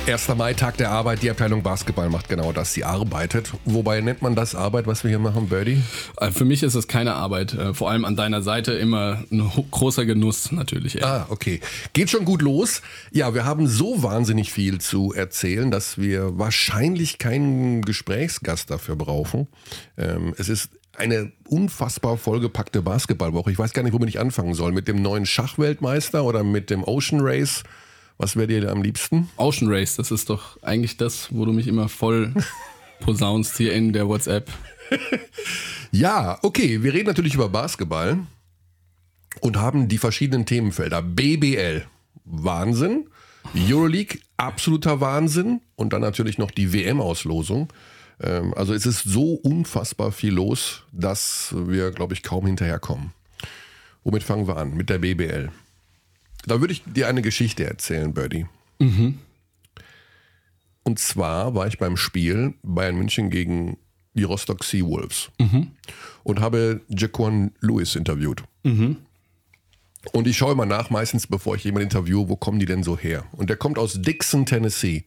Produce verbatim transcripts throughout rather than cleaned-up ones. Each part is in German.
erster Mai, Tag der Arbeit. Die Abteilung Basketball macht genau das. Sie arbeitet. Wobei nennt man das Arbeit, was wir hier machen, Birdie? Für mich ist es keine Arbeit. Vor allem an deiner Seite immer ein großer Genuss natürlich. Ey. Ah, okay. Geht schon gut los. Ja, wir haben so wahnsinnig viel zu erzählen, dass wir wahrscheinlich keinen Gesprächsgast dafür brauchen. Ähm, es ist eine unfassbar vollgepackte Basketballwoche. Ich weiß gar nicht, womit ich anfangen soll. Mit dem neuen Schachweltmeister oder mit dem Ocean Race? Was wäre dir am liebsten? Ocean Race, das ist doch eigentlich das, wo du mich immer voll posaunst hier in der WhatsApp. Ja, okay, wir reden natürlich über Basketball und haben die verschiedenen Themenfelder. B B L, Wahnsinn. Euroleague, absoluter Wahnsinn. Und dann natürlich noch die W M-Auslosung. Also es ist so unfassbar viel los, dass wir, glaube ich, kaum hinterherkommen. Womit fangen wir an? Mit der B B L. Da würde ich dir eine Geschichte erzählen, Birdie. Mhm. Und zwar war ich beim Spiel Bayern München gegen die Rostock Seawolves mhm. und habe Jaquan Lewis interviewt. Mhm. Und ich schaue immer nach, meistens bevor ich jemanden interviewe, wo kommen die denn so her? Und der kommt aus Dixon, Tennessee.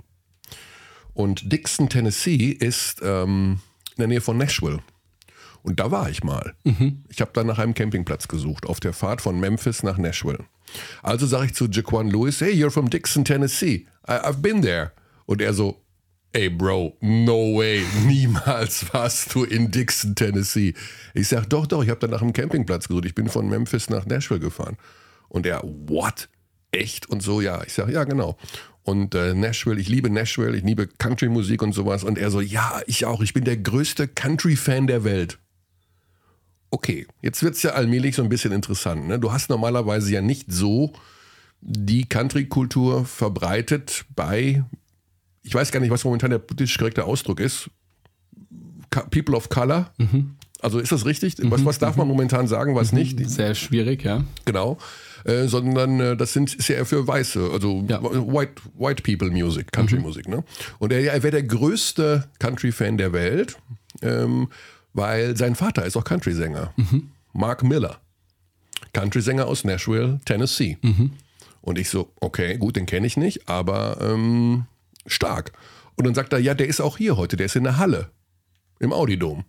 Und Dixon, Tennessee ist ähm, in der Nähe von Nashville. Und da war ich mal. Mhm. Ich habe dann nach einem Campingplatz gesucht, auf der Fahrt von Memphis nach Nashville. Also sage ich zu Jaquan Lewis, hey, you're from Dixon, Tennessee. I, I've been there. Und er so, ey Bro, no way, niemals warst du in Dixon, Tennessee. Ich sage, doch, doch, ich habe dann nach einem Campingplatz gesucht. Ich bin von Memphis nach Nashville gefahren. Und er, what? Echt? Und so, ja. Ich sage, ja, genau. Und äh, Nashville, ich liebe Nashville, ich liebe Country-Musik und sowas. Und er so, ja, ich auch, ich bin der größte Country-Fan der Welt. Okay, jetzt wird es ja allmählich so ein bisschen interessant. Ne? Du hast normalerweise ja nicht so die Country-Kultur verbreitet bei, ich weiß gar nicht, was momentan der politisch korrekte Ausdruck ist, People of Color. Mhm. Also ist das richtig? Mhm. Was, was darf man momentan sagen, was mhm. nicht? Sehr schwierig, ja. Genau, äh, sondern äh, das sind, ist ja eher für Weiße, also ja. White, White People Music, Country-Musik. Mhm. Ne? Und er, er wäre der größte Country-Fan der Welt, ähm, weil sein Vater ist auch Country-Sänger. Mhm. Mark Miller. Country-Sänger aus Nashville, Tennessee. Mhm. Und ich so, okay, gut, den kenne ich nicht, aber ähm, stark. Und dann sagt er, ja, der ist auch hier heute, der ist in der Halle. Im Audi-Dom.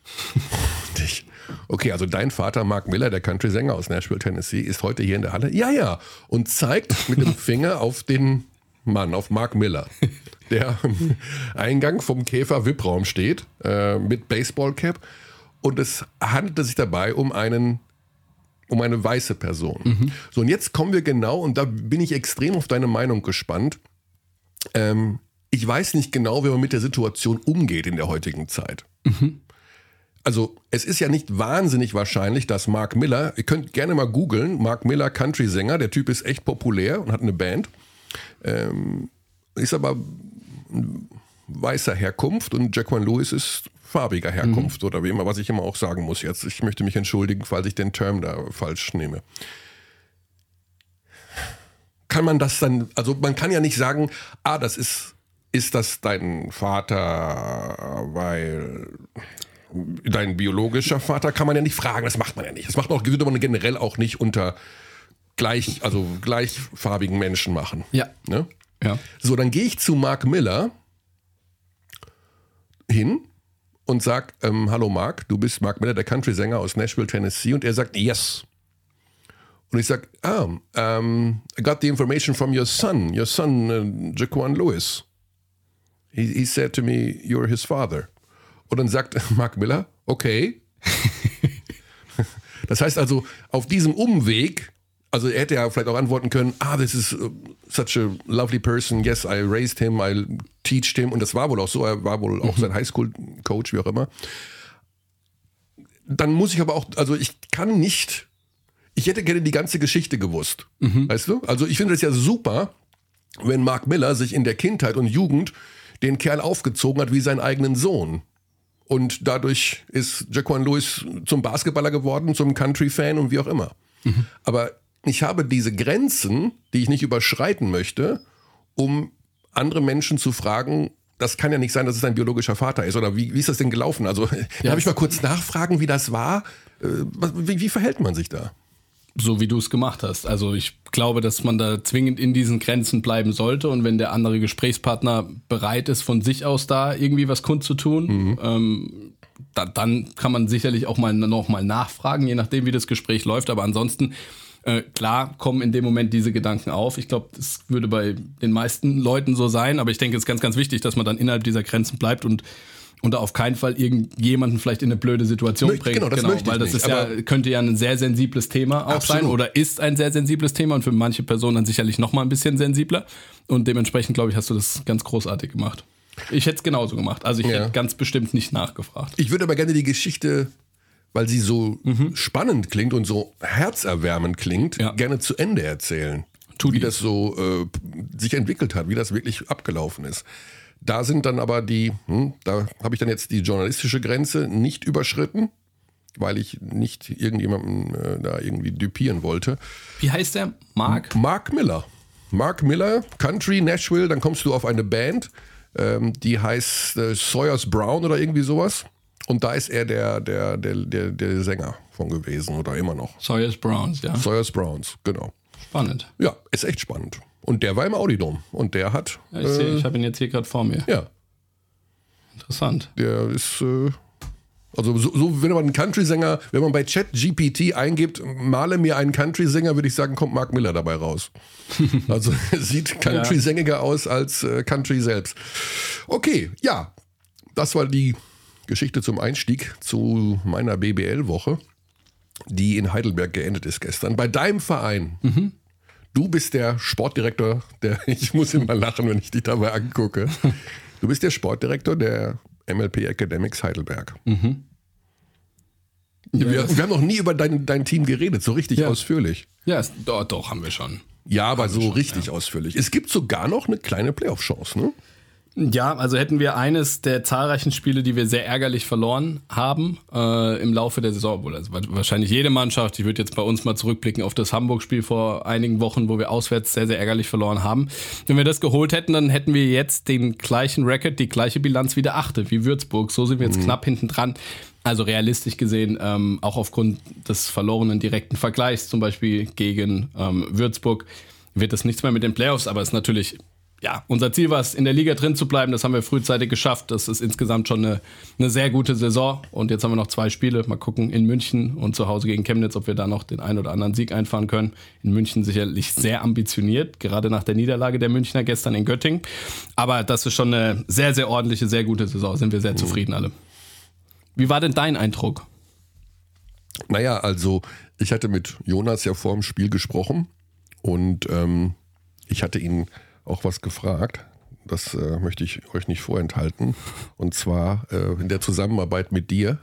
Okay, also dein Vater, Mark Miller, der Country-Sänger aus Nashville, Tennessee, ist heute hier in der Halle? Ja, ja. Und zeigt mit dem Finger auf den Mann, auf Mark Miller, der am Eingang vom Käfer-V I P-Raum steht, äh, mit Baseballcap. Und es handelte sich dabei um einen, um eine weiße Person. Mhm. So, und jetzt kommen wir genau, und da bin ich extrem auf deine Meinung gespannt. Ähm, ich weiß nicht genau, wie man mit der Situation umgeht in der heutigen Zeit. Mhm. Also, es ist ja nicht wahnsinnig wahrscheinlich, dass Mark Miller, ihr könnt gerne mal googeln, Mark Miller, Country-Sänger, der Typ ist echt populär und hat eine Band. Ähm, ist aber weißer Herkunft und Jaquan Lewis ist farbiger Herkunft mhm. oder wie immer, was ich immer auch sagen muss jetzt. Ich möchte mich entschuldigen, falls ich den Term da falsch nehme. Kann man das dann, also man kann ja nicht sagen, ah, das ist, ist das dein Vater, weil dein biologischer Vater, kann man ja nicht fragen, das macht man ja nicht. Das macht man auch, würde man generell auch nicht unter gleich, also gleichfarbigen Menschen machen. Ja. Ne? Ja. So, dann gehe ich zu Mark Miller hin und sag, ähm, hallo Mark, du bist Mark Miller, der Country-Sänger aus Nashville, Tennessee. Und er sagt, yes. Und ich sag, ah, um, I got the information from your son, your son, uh, Jaquan Lewis. He, he said to me, you're his father. Und dann sagt Mark Miller, okay. Das heißt also, auf diesem Umweg, also er hätte ja vielleicht auch antworten können, ah, this is such a lovely person, yes, I raised him, I teached him. Und das war wohl auch so, er war wohl auch mhm. sein Highschool-Coach, wie auch immer. Dann muss ich aber auch, also ich kann nicht, ich hätte gerne die ganze Geschichte gewusst, mhm. weißt du? Also ich finde das ja super, wenn Mark Miller sich in der Kindheit und Jugend den Kerl aufgezogen hat wie seinen eigenen Sohn. Und dadurch ist Jaquan Lewis zum Basketballer geworden, zum Country-Fan und wie auch immer. Mhm. Aber ich habe diese Grenzen, die ich nicht überschreiten möchte, um andere Menschen zu fragen, das kann ja nicht sein, dass es ein biologischer Vater ist. Oder wie, wie ist das denn gelaufen? Also, ja, darf ich mal kurz nachfragen, wie das war? Wie, wie verhält man sich da? so wie du es gemacht hast. Also ich glaube, dass man da zwingend in diesen Grenzen bleiben sollte und wenn der andere Gesprächspartner bereit ist, von sich aus da irgendwie was kundzutun, mhm. ähm, da, dann kann man sicherlich auch mal noch mal nachfragen, je nachdem, wie das Gespräch läuft. Aber ansonsten, äh, klar, kommen in dem Moment diese Gedanken auf. Ich glaube, das würde bei den meisten Leuten so sein. Aber ich denke, es ist ganz, ganz wichtig, dass man dann innerhalb dieser Grenzen bleibt und und auf keinen Fall irgendjemanden vielleicht in eine blöde Situation Möcht, bringt. Genau, das genau, möchte ich weil das nicht, ist ja, könnte ja ein sehr sensibles Thema auch absolut. sein oder ist ein sehr sensibles Thema und für manche Personen dann sicherlich noch mal ein bisschen sensibler. Und dementsprechend, glaube ich, hast du das ganz großartig gemacht. Ich hätte es genauso gemacht. Also ich ja. hätte ganz bestimmt nicht nachgefragt. Ich würde aber gerne die Geschichte, weil sie so mhm. spannend klingt und so herzerwärmend klingt, ja. gerne zu Ende erzählen. Tu wie die. das so äh, sich entwickelt hat, wie das wirklich abgelaufen ist. Da sind dann aber die, hm, da habe ich dann jetzt die journalistische Grenze nicht überschritten, weil ich nicht irgendjemanden äh, da irgendwie düpieren wollte. Wie heißt der? Mark? Mark Miller. Mark Miller, Country, Nashville, dann kommst du auf eine Band, ähm, die heißt äh, Sawyers Brown oder irgendwie sowas. Und da ist er der, der, der, der, der Sänger von gewesen oder immer noch. Sawyers Browns, ja. Sawyers Browns, genau. Spannend. Ja, ist echt spannend. Und der war im Audidom. Und der hat... Ja, ich sehe, äh, ich habe ihn jetzt hier gerade vor mir. Ja. Interessant. Der ist... Äh, also so, so, wenn man einen Country-Sänger... Wenn man bei ChatGPT eingibt, male mir einen Country-Sänger, würde ich sagen, kommt Mark Miller dabei raus. Also sieht Country-sängiger ja. aus als äh, Country selbst. Okay, ja. Das war die Geschichte zum Einstieg zu meiner B B L-Woche, die in Heidelberg geendet ist gestern. Bei deinem Verein... Mhm. Du bist der Sportdirektor, der, ich muss immer lachen, wenn ich dich dabei angucke. Du bist der Sportdirektor der M L P Academics Heidelberg. Mhm. Ja, wir, wir haben noch nie über dein, dein Team geredet, so richtig ja. ausführlich. Ja, es, doch, doch, haben wir schon. Ja, aber haben so schon, richtig ja. ausführlich. Es gibt sogar noch eine kleine Playoff-Chance, ne? Ja, also hätten wir eines der zahlreichen Spiele, die wir sehr ärgerlich verloren haben äh, im Laufe der Saison. Wohl, also wahrscheinlich jede Mannschaft. Ich würde jetzt bei uns mal zurückblicken auf das Hamburg-Spiel vor einigen Wochen, wo wir auswärts sehr, sehr ärgerlich verloren haben. Wenn wir das geholt hätten, dann hätten wir jetzt den gleichen Record, die gleiche Bilanz wie der Achte, wie Würzburg. So sind wir jetzt mhm. knapp hinten dran. Also realistisch gesehen, ähm, auch aufgrund des verlorenen direkten Vergleichs, zum Beispiel gegen ähm, Würzburg, wird das nichts mehr mit den Playoffs, aber es ist natürlich... Ja, unser Ziel war es, in der Liga drin zu bleiben. Das haben wir frühzeitig geschafft. Das ist insgesamt schon eine, eine sehr gute Saison. Und jetzt haben wir noch zwei Spiele. Mal gucken, in München und zu Hause gegen Chemnitz, ob wir da noch den einen oder anderen Sieg einfahren können. In München sicherlich sehr ambitioniert, gerade nach der Niederlage der Münchner gestern in Göttingen. Aber das ist schon eine sehr, sehr ordentliche, sehr gute Saison. Sind wir sehr mhm. zufrieden alle. Wie war denn dein Eindruck? Naja, also ich hatte mit Jonas ja vor dem Spiel gesprochen. Und ähm, ich hatte ihn... auch was gefragt. Das äh, möchte ich euch nicht vorenthalten. Und zwar äh, in der Zusammenarbeit mit dir.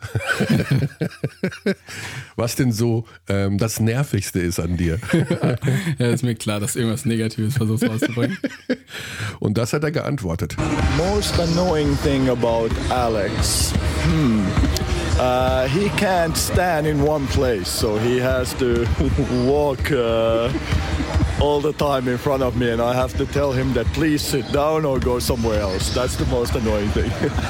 Was denn so ähm, das Nervigste ist an dir? Ja, ist mir klar, dass irgendwas Negatives versuchst rauszubringen. Und das hat er geantwortet. Most annoying thing about Alex. Hmm. Uh, he can't stand in one place, so he has to walk uh, all the time in front of me, and I have to tell him that please sit down or go somewhere else. That's the most annoying thing.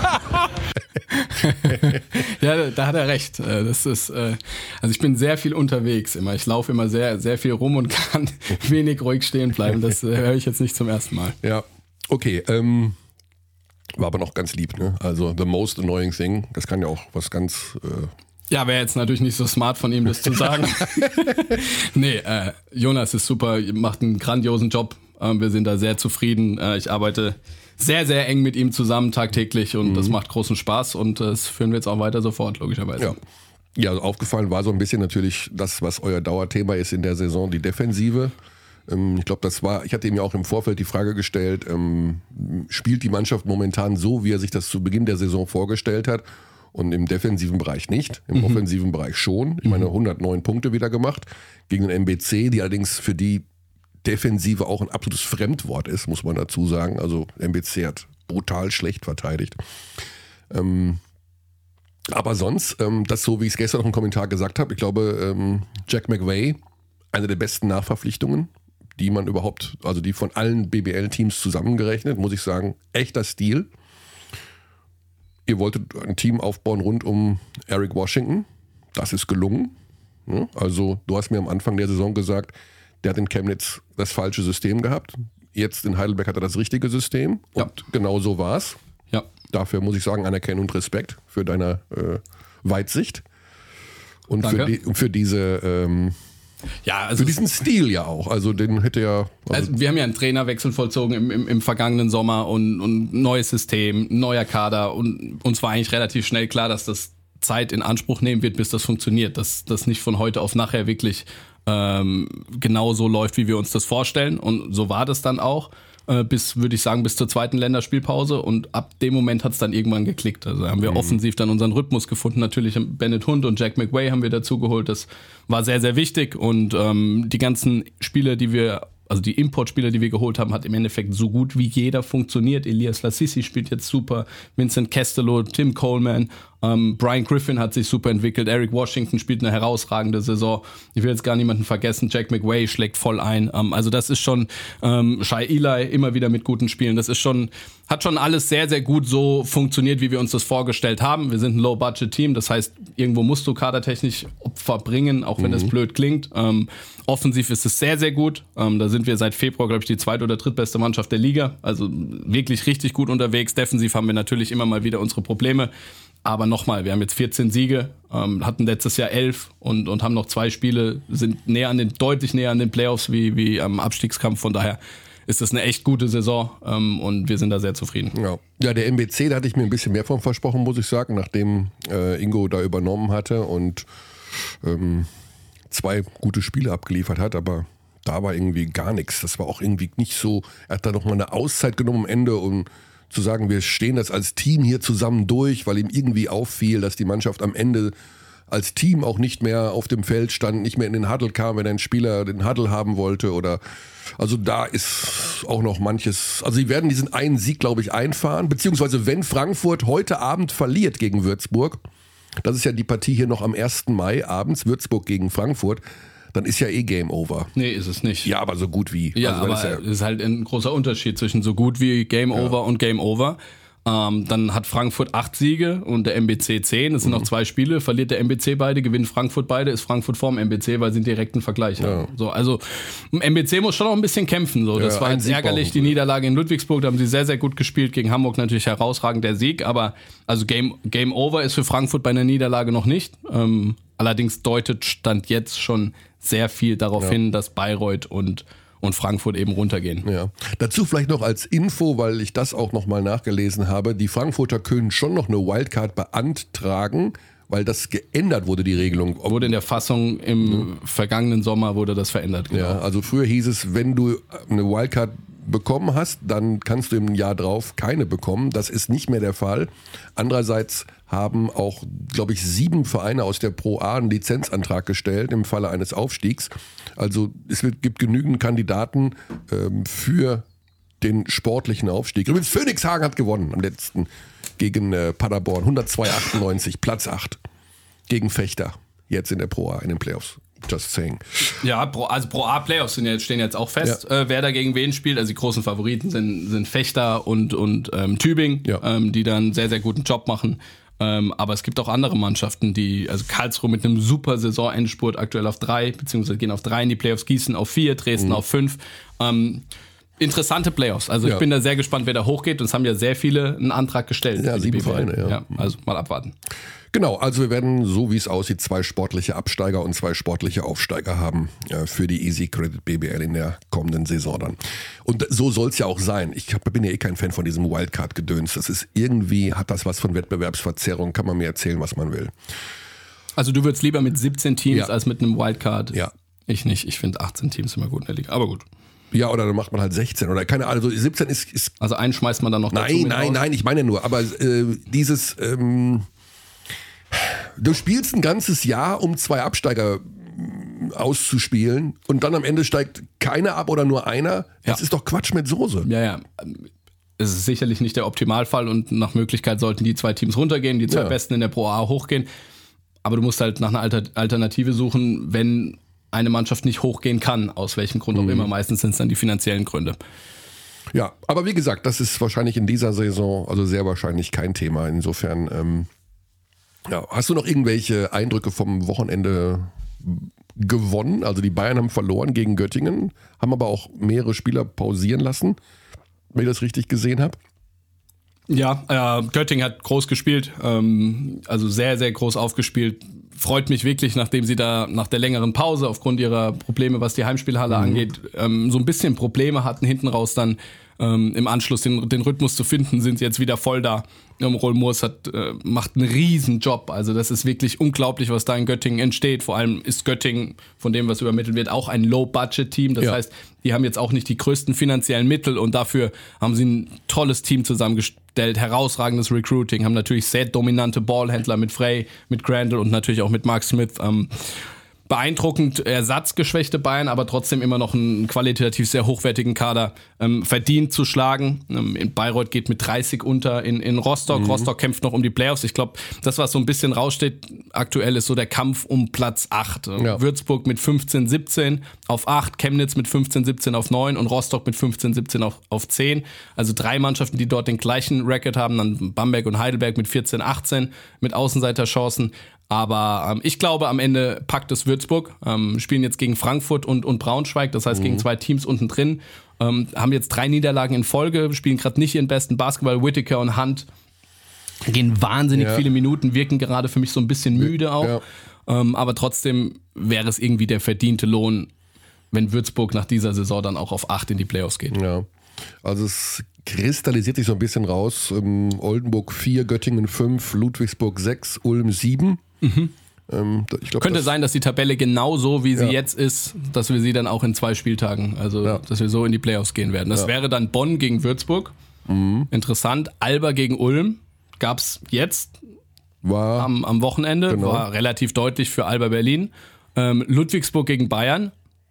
Ja, da hat er recht. Das ist, also ich bin sehr viel unterwegs immer. Ich laufe immer sehr, sehr viel rum und kann wenig ruhig stehen bleiben. Das höre ich jetzt nicht zum ersten Mal. Ja, okay. Ähm, war aber noch ganz lieb, ne? Also the most annoying thing. Das kann ja auch was ganz... Äh Ja, wäre jetzt natürlich nicht so smart von ihm, das zu sagen. Nee, äh, Jonas ist super, macht einen grandiosen Job. Äh, wir sind da sehr zufrieden. Äh, ich arbeite sehr, sehr eng mit ihm zusammen tagtäglich und mhm. das macht großen Spaß und äh, das führen wir jetzt auch weiter sofort, logischerweise. Ja. Ja, also aufgefallen war so ein bisschen natürlich das, was euer Dauerthema ist in der Saison, die Defensive. Ähm, ich glaube, das war, ich hatte ihm ja auch im Vorfeld die Frage gestellt, ähm, spielt die Mannschaft momentan so, wie er sich das zu Beginn der Saison vorgestellt hat? Und im defensiven Bereich nicht, im mhm. offensiven Bereich schon. Ich meine, hundertneun Punkte wieder gemacht gegen den M B C, die allerdings für die Defensive auch ein absolutes Fremdwort ist, muss man dazu sagen. Also M B C hat brutal schlecht verteidigt. Ähm, aber sonst, ähm, das so, wie ich es gestern noch im Kommentar gesagt habe, ich glaube, ähm, Jack McVay, eine der besten Nachverpflichtungen, die man überhaupt, also die von allen B B L-Teams zusammengerechnet, muss ich sagen, echter Stil. Ihr wolltet ein Team aufbauen rund um Eric Washington. Das ist gelungen. Also du hast mir am Anfang der Saison gesagt, der hat in Chemnitz das falsche System gehabt. Jetzt in Heidelberg hat er das richtige System. Und Ja. genau so war es. Ja. Dafür muss ich sagen, Anerkennung und Respekt für deine äh, Weitsicht. Und für, Danke. die, und für diese ähm, Ja, also für diesen Stil ja auch. Also den hätte ja. Also, Also wir haben ja einen Trainerwechsel vollzogen im, im, im vergangenen Sommer und, und neues System, neuer Kader und uns war eigentlich relativ schnell klar, dass das Zeit in Anspruch nehmen wird, bis das funktioniert, dass das nicht von heute auf nachher wirklich ähm, genau so läuft, wie wir uns das vorstellen und so war das dann auch. Bis, würde ich sagen, bis zur zweiten Länderspielpause und ab dem Moment hat es dann irgendwann geklickt. Also haben wir mhm. offensiv dann unseren Rhythmus gefunden. Natürlich Bennett Hund und Jack McWay haben wir dazu geholt. Das war sehr, sehr wichtig und ähm, die ganzen Spieler, die wir, also die Importspieler, die wir geholt haben, hat im Endeffekt so gut wie jeder funktioniert. Elias Lassisi spielt jetzt super, Vincent Castello, Tim Coleman, ähm, Brian Griffin hat sich super entwickelt, Eric Washington spielt eine herausragende Saison. Ich will jetzt gar niemanden vergessen, Jack McWay schlägt voll ein. Ähm, also das ist schon, ähm, Shai Eli immer wieder mit guten Spielen. Das ist schon, hat schon alles sehr, sehr gut so funktioniert, wie wir uns das vorgestellt haben. Wir sind ein Low-Budget-Team, das heißt, irgendwo musst du kadertechnisch Opfer bringen, auch wenn mhm. das blöd klingt. Ähm, offensiv ist es sehr, sehr gut. Ähm, da sind wir seit Februar, glaube ich, die zweit- oder drittbeste Mannschaft der Liga. Also wirklich richtig gut unterwegs. Defensiv haben wir natürlich immer mal wieder unsere Probleme. Aber nochmal, wir haben jetzt vierzehn Siege, ähm, hatten letztes Jahr elf und, und haben noch zwei Spiele, sind näher an den, deutlich näher an den Playoffs wie, wie am Abstiegskampf. Von daher ist das eine echt gute Saison ähm, und wir sind da sehr zufrieden. Ja. ja, der M B C, da hatte ich mir ein bisschen mehr von versprochen, muss ich sagen, nachdem äh, Ingo da übernommen hatte und ähm, zwei gute Spiele abgeliefert hat, aber da war irgendwie gar nichts. Das war auch irgendwie nicht so, er hat da noch mal eine Auszeit genommen am Ende, um zu sagen, wir stehen das als Team hier zusammen durch, weil ihm irgendwie auffiel, dass die Mannschaft am Ende als Team auch nicht mehr auf dem Feld stand, nicht mehr in den Huddle kam, wenn ein Spieler den Huddle haben wollte oder, also da ist auch noch manches, also sie werden diesen einen Sieg, glaube ich, einfahren, beziehungsweise wenn Frankfurt heute Abend verliert gegen Würzburg, das ist ja die Partie hier noch am ersten Mai abends, Würzburg gegen Frankfurt, dann ist ja eh Game Over. Nee, ist es nicht. Ja, aber so gut wie. Ja, also, aber ist ja es ist halt ein großer Unterschied zwischen so gut wie Game ja. Over und Game Over. Ähm, dann hat Frankfurt acht Siege und der M B C zehn. Das sind mhm. noch zwei Spiele. Verliert der M B C beide, gewinnt Frankfurt beide, ist Frankfurt vorm M B C, weil sie einen direkten Vergleich ja. haben. So, also M B C muss schon noch ein bisschen kämpfen. So. Das ja, war jetzt ärgerlich, die Niederlage in Ludwigsburg. Da haben sie sehr, sehr gut gespielt. Gegen Hamburg natürlich herausragend der Sieg. Aber also Game, Game Over ist für Frankfurt bei einer Niederlage noch nicht. Ähm, allerdings deutet Stand jetzt schon sehr viel darauf ja. hin, dass Bayreuth und, und Frankfurt eben runtergehen. Ja. Dazu vielleicht noch als Info, weil ich das auch nochmal nachgelesen habe, die Frankfurter können schon noch eine Wildcard beantragen, weil das geändert wurde, die Regelung. Ob wurde in der Fassung im mhm. vergangenen Sommer wurde das verändert. Genau. Ja, also früher hieß es, wenn du eine Wildcard bekommen hast, dann kannst du im Jahr drauf keine bekommen. Das ist nicht mehr der Fall. Andererseits haben auch, glaube ich, sieben Vereine aus der Pro A einen Lizenzantrag gestellt im Falle eines Aufstiegs. Also es gibt genügend Kandidaten ähm, für den sportlichen Aufstieg. Übrigens, Phoenixhagen hat gewonnen am letzten gegen äh, Paderborn. hundertzwei achtundneunzig, Platz acht gegen Fechter. Jetzt in der Pro A, in den Playoffs. Just saying. Ja, Pro, also Pro A-Playoffs sind jetzt, stehen jetzt auch fest, ja. äh, wer da gegen wen spielt. Also die großen Favoriten sind, sind Fechter und, und ähm, Tübingen, ja. ähm, die dann einen sehr, sehr guten Job machen. Ähm, aber es gibt auch andere Mannschaften, die, also Karlsruhe mit einem super Saisonendspurt aktuell auf drei, beziehungsweise gehen auf drei in die Playoffs, Gießen auf vier, Dresden mhm. auf fünf. Ähm, interessante Playoffs. Also ja. ich bin da sehr gespannt, wer da hochgeht. Und es haben ja sehr viele einen Antrag gestellt. Ja, sieben Vereine, ja. ja. Also mal abwarten. Genau, also wir werden, so wie es aussieht, zwei sportliche Absteiger und zwei sportliche Aufsteiger haben äh, für die Easy Credit B B L in der kommenden Saison dann. Und so soll es ja auch sein. Ich hab, bin ja eh kein Fan von diesem Wildcard-Gedöns. Das ist irgendwie, hat das was von Wettbewerbsverzerrung, kann man mir erzählen, was man will. Also du würdest lieber mit siebzehn Teams ja. als mit einem Wildcard? Ja. Ich nicht. Ich finde achtzehn Teams immer gut in der Liga, aber gut. Ja, oder dann macht man halt sechzehn oder keine Ahnung. Also siebzehn ist, ist... Also einen schmeißt man dann noch dazu. Nein, nein, nein, ich meine nur, aber äh, dieses... Ähm, du spielst ein ganzes Jahr, um zwei Absteiger auszuspielen und dann am Ende steigt keiner ab oder nur einer. Das ja. ist doch Quatsch mit Soße. Ja, ja. Es ist sicherlich nicht der Optimalfall und nach Möglichkeit sollten die zwei Teams runtergehen, die zwei ja. Besten in der Pro A hochgehen. Aber du musst halt nach einer Alter- Alternative suchen, wenn eine Mannschaft nicht hochgehen kann, aus welchem Grund mhm. auch immer. Meistens sind es dann die finanziellen Gründe. Ja, aber wie gesagt, das ist wahrscheinlich in dieser Saison, also sehr wahrscheinlich kein Thema. Insofern... Ähm Ja, hast du noch irgendwelche Eindrücke vom Wochenende, gewonnen. Also die Bayern haben verloren gegen Göttingen, haben aber auch mehrere Spieler pausieren lassen, wenn ich das richtig gesehen habe. Ja, äh, Göttingen hat groß gespielt, ähm, also sehr, sehr groß aufgespielt. Freut mich wirklich, nachdem sie da nach der längeren Pause aufgrund ihrer Probleme, was die Heimspielhalle mhm. angeht, ähm, so ein bisschen Probleme hatten, hinten raus dann ähm, im Anschluss den, den Rhythmus zu finden, sind sie jetzt wieder voll da. Ähm, Roel Moors hat, äh, macht einen riesen Job, also das ist wirklich unglaublich, was da in Göttingen entsteht. Vor allem ist Göttingen, von dem was übermittelt wird, auch ein Low-Budget-Team, das ja. heißt, die haben jetzt auch nicht die größten finanziellen Mittel und dafür haben sie ein tolles Team zusammengestellt, herausragendes Recruiting, haben natürlich sehr dominante Ballhändler mit Frey, mit Grandel und natürlich auch mit Mark Smith. Ähm, beeindruckend ersatzgeschwächte Bayern, aber trotzdem immer noch einen qualitativ sehr hochwertigen Kader ähm, verdient zu schlagen. Ähm, in Bayreuth geht mit dreißig unter in, in Rostock. Mhm. Rostock kämpft noch um die Playoffs. Ich glaube, das, was so ein bisschen raussteht aktuell, ist so der Kampf um Platz acht. Ja. Würzburg mit fünfzehn siebzehn auf acht, Chemnitz mit fünfzehn siebzehn auf neun und Rostock mit fünfzehn siebzehn auf, auf zehn. Also drei Mannschaften, die dort den gleichen Record haben. Dann Bamberg und Heidelberg mit vierzehn achtzehn mit Außenseiterchancen. Aber ähm, ich glaube, am Ende packt es Würzburg. Ähm, spielen jetzt gegen Frankfurt und, und Braunschweig, das heißt mhm. gegen zwei Teams unten drin. Ähm, haben jetzt drei Niederlagen in Folge, spielen gerade nicht ihren besten Basketball. Whittaker und Hunt gehen wahnsinnig ja. viele Minuten, wirken gerade für mich so ein bisschen müde auch. Ja. Ähm, aber trotzdem wäre es irgendwie der verdiente Lohn, wenn Würzburg nach dieser Saison dann auch auf acht in die Playoffs geht. Ja, also es kristallisiert sich so ein bisschen raus. Ähm, Oldenburg vier, Göttingen fünf, Ludwigsburg sechs, Ulm sieben. Mhm. Ähm, ich glaub, Könnte das sein, dass die Tabelle genau so, wie sie ja. jetzt ist, dass wir sie dann auch in zwei Spieltagen, also ja. dass wir so in die Playoffs gehen werden. Das ja. wäre dann Bonn gegen Würzburg. Mhm. Interessant. Alba gegen Ulm gab es jetzt war, am, am Wochenende. Genau. War relativ deutlich für Alba Berlin. Ähm, Ludwigsburg gegen Bayern.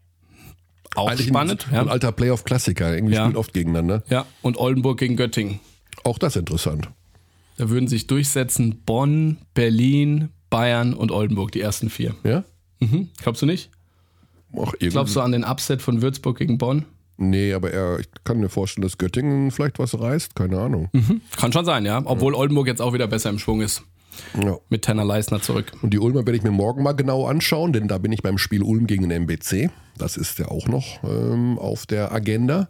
Auch Eigentlich spannend. Ein, ja. ein alter Playoff-Klassiker. Irgendwie ja. spielt oft gegeneinander. Ja, und Oldenburg gegen Göttingen. Auch das interessant. Da würden sich durchsetzen Bonn, Berlin, Bayern und Oldenburg, die ersten vier. Ja? Mhm. Glaubst du nicht? Ach, Glaubst du an den Upset von Würzburg gegen Bonn? Nee, aber er, ich kann mir vorstellen, dass Göttingen vielleicht was reißt. Keine Ahnung. Mhm. Kann schon sein, ja. Obwohl ja. Oldenburg jetzt auch wieder besser im Schwung ist. Ja. Mit Tanner Leisner zurück. Und die Ulmer werde ich mir morgen mal genau anschauen, denn da bin ich beim Spiel Ulm gegen den M B C. Das ist ja auch noch ähm, auf der Agenda.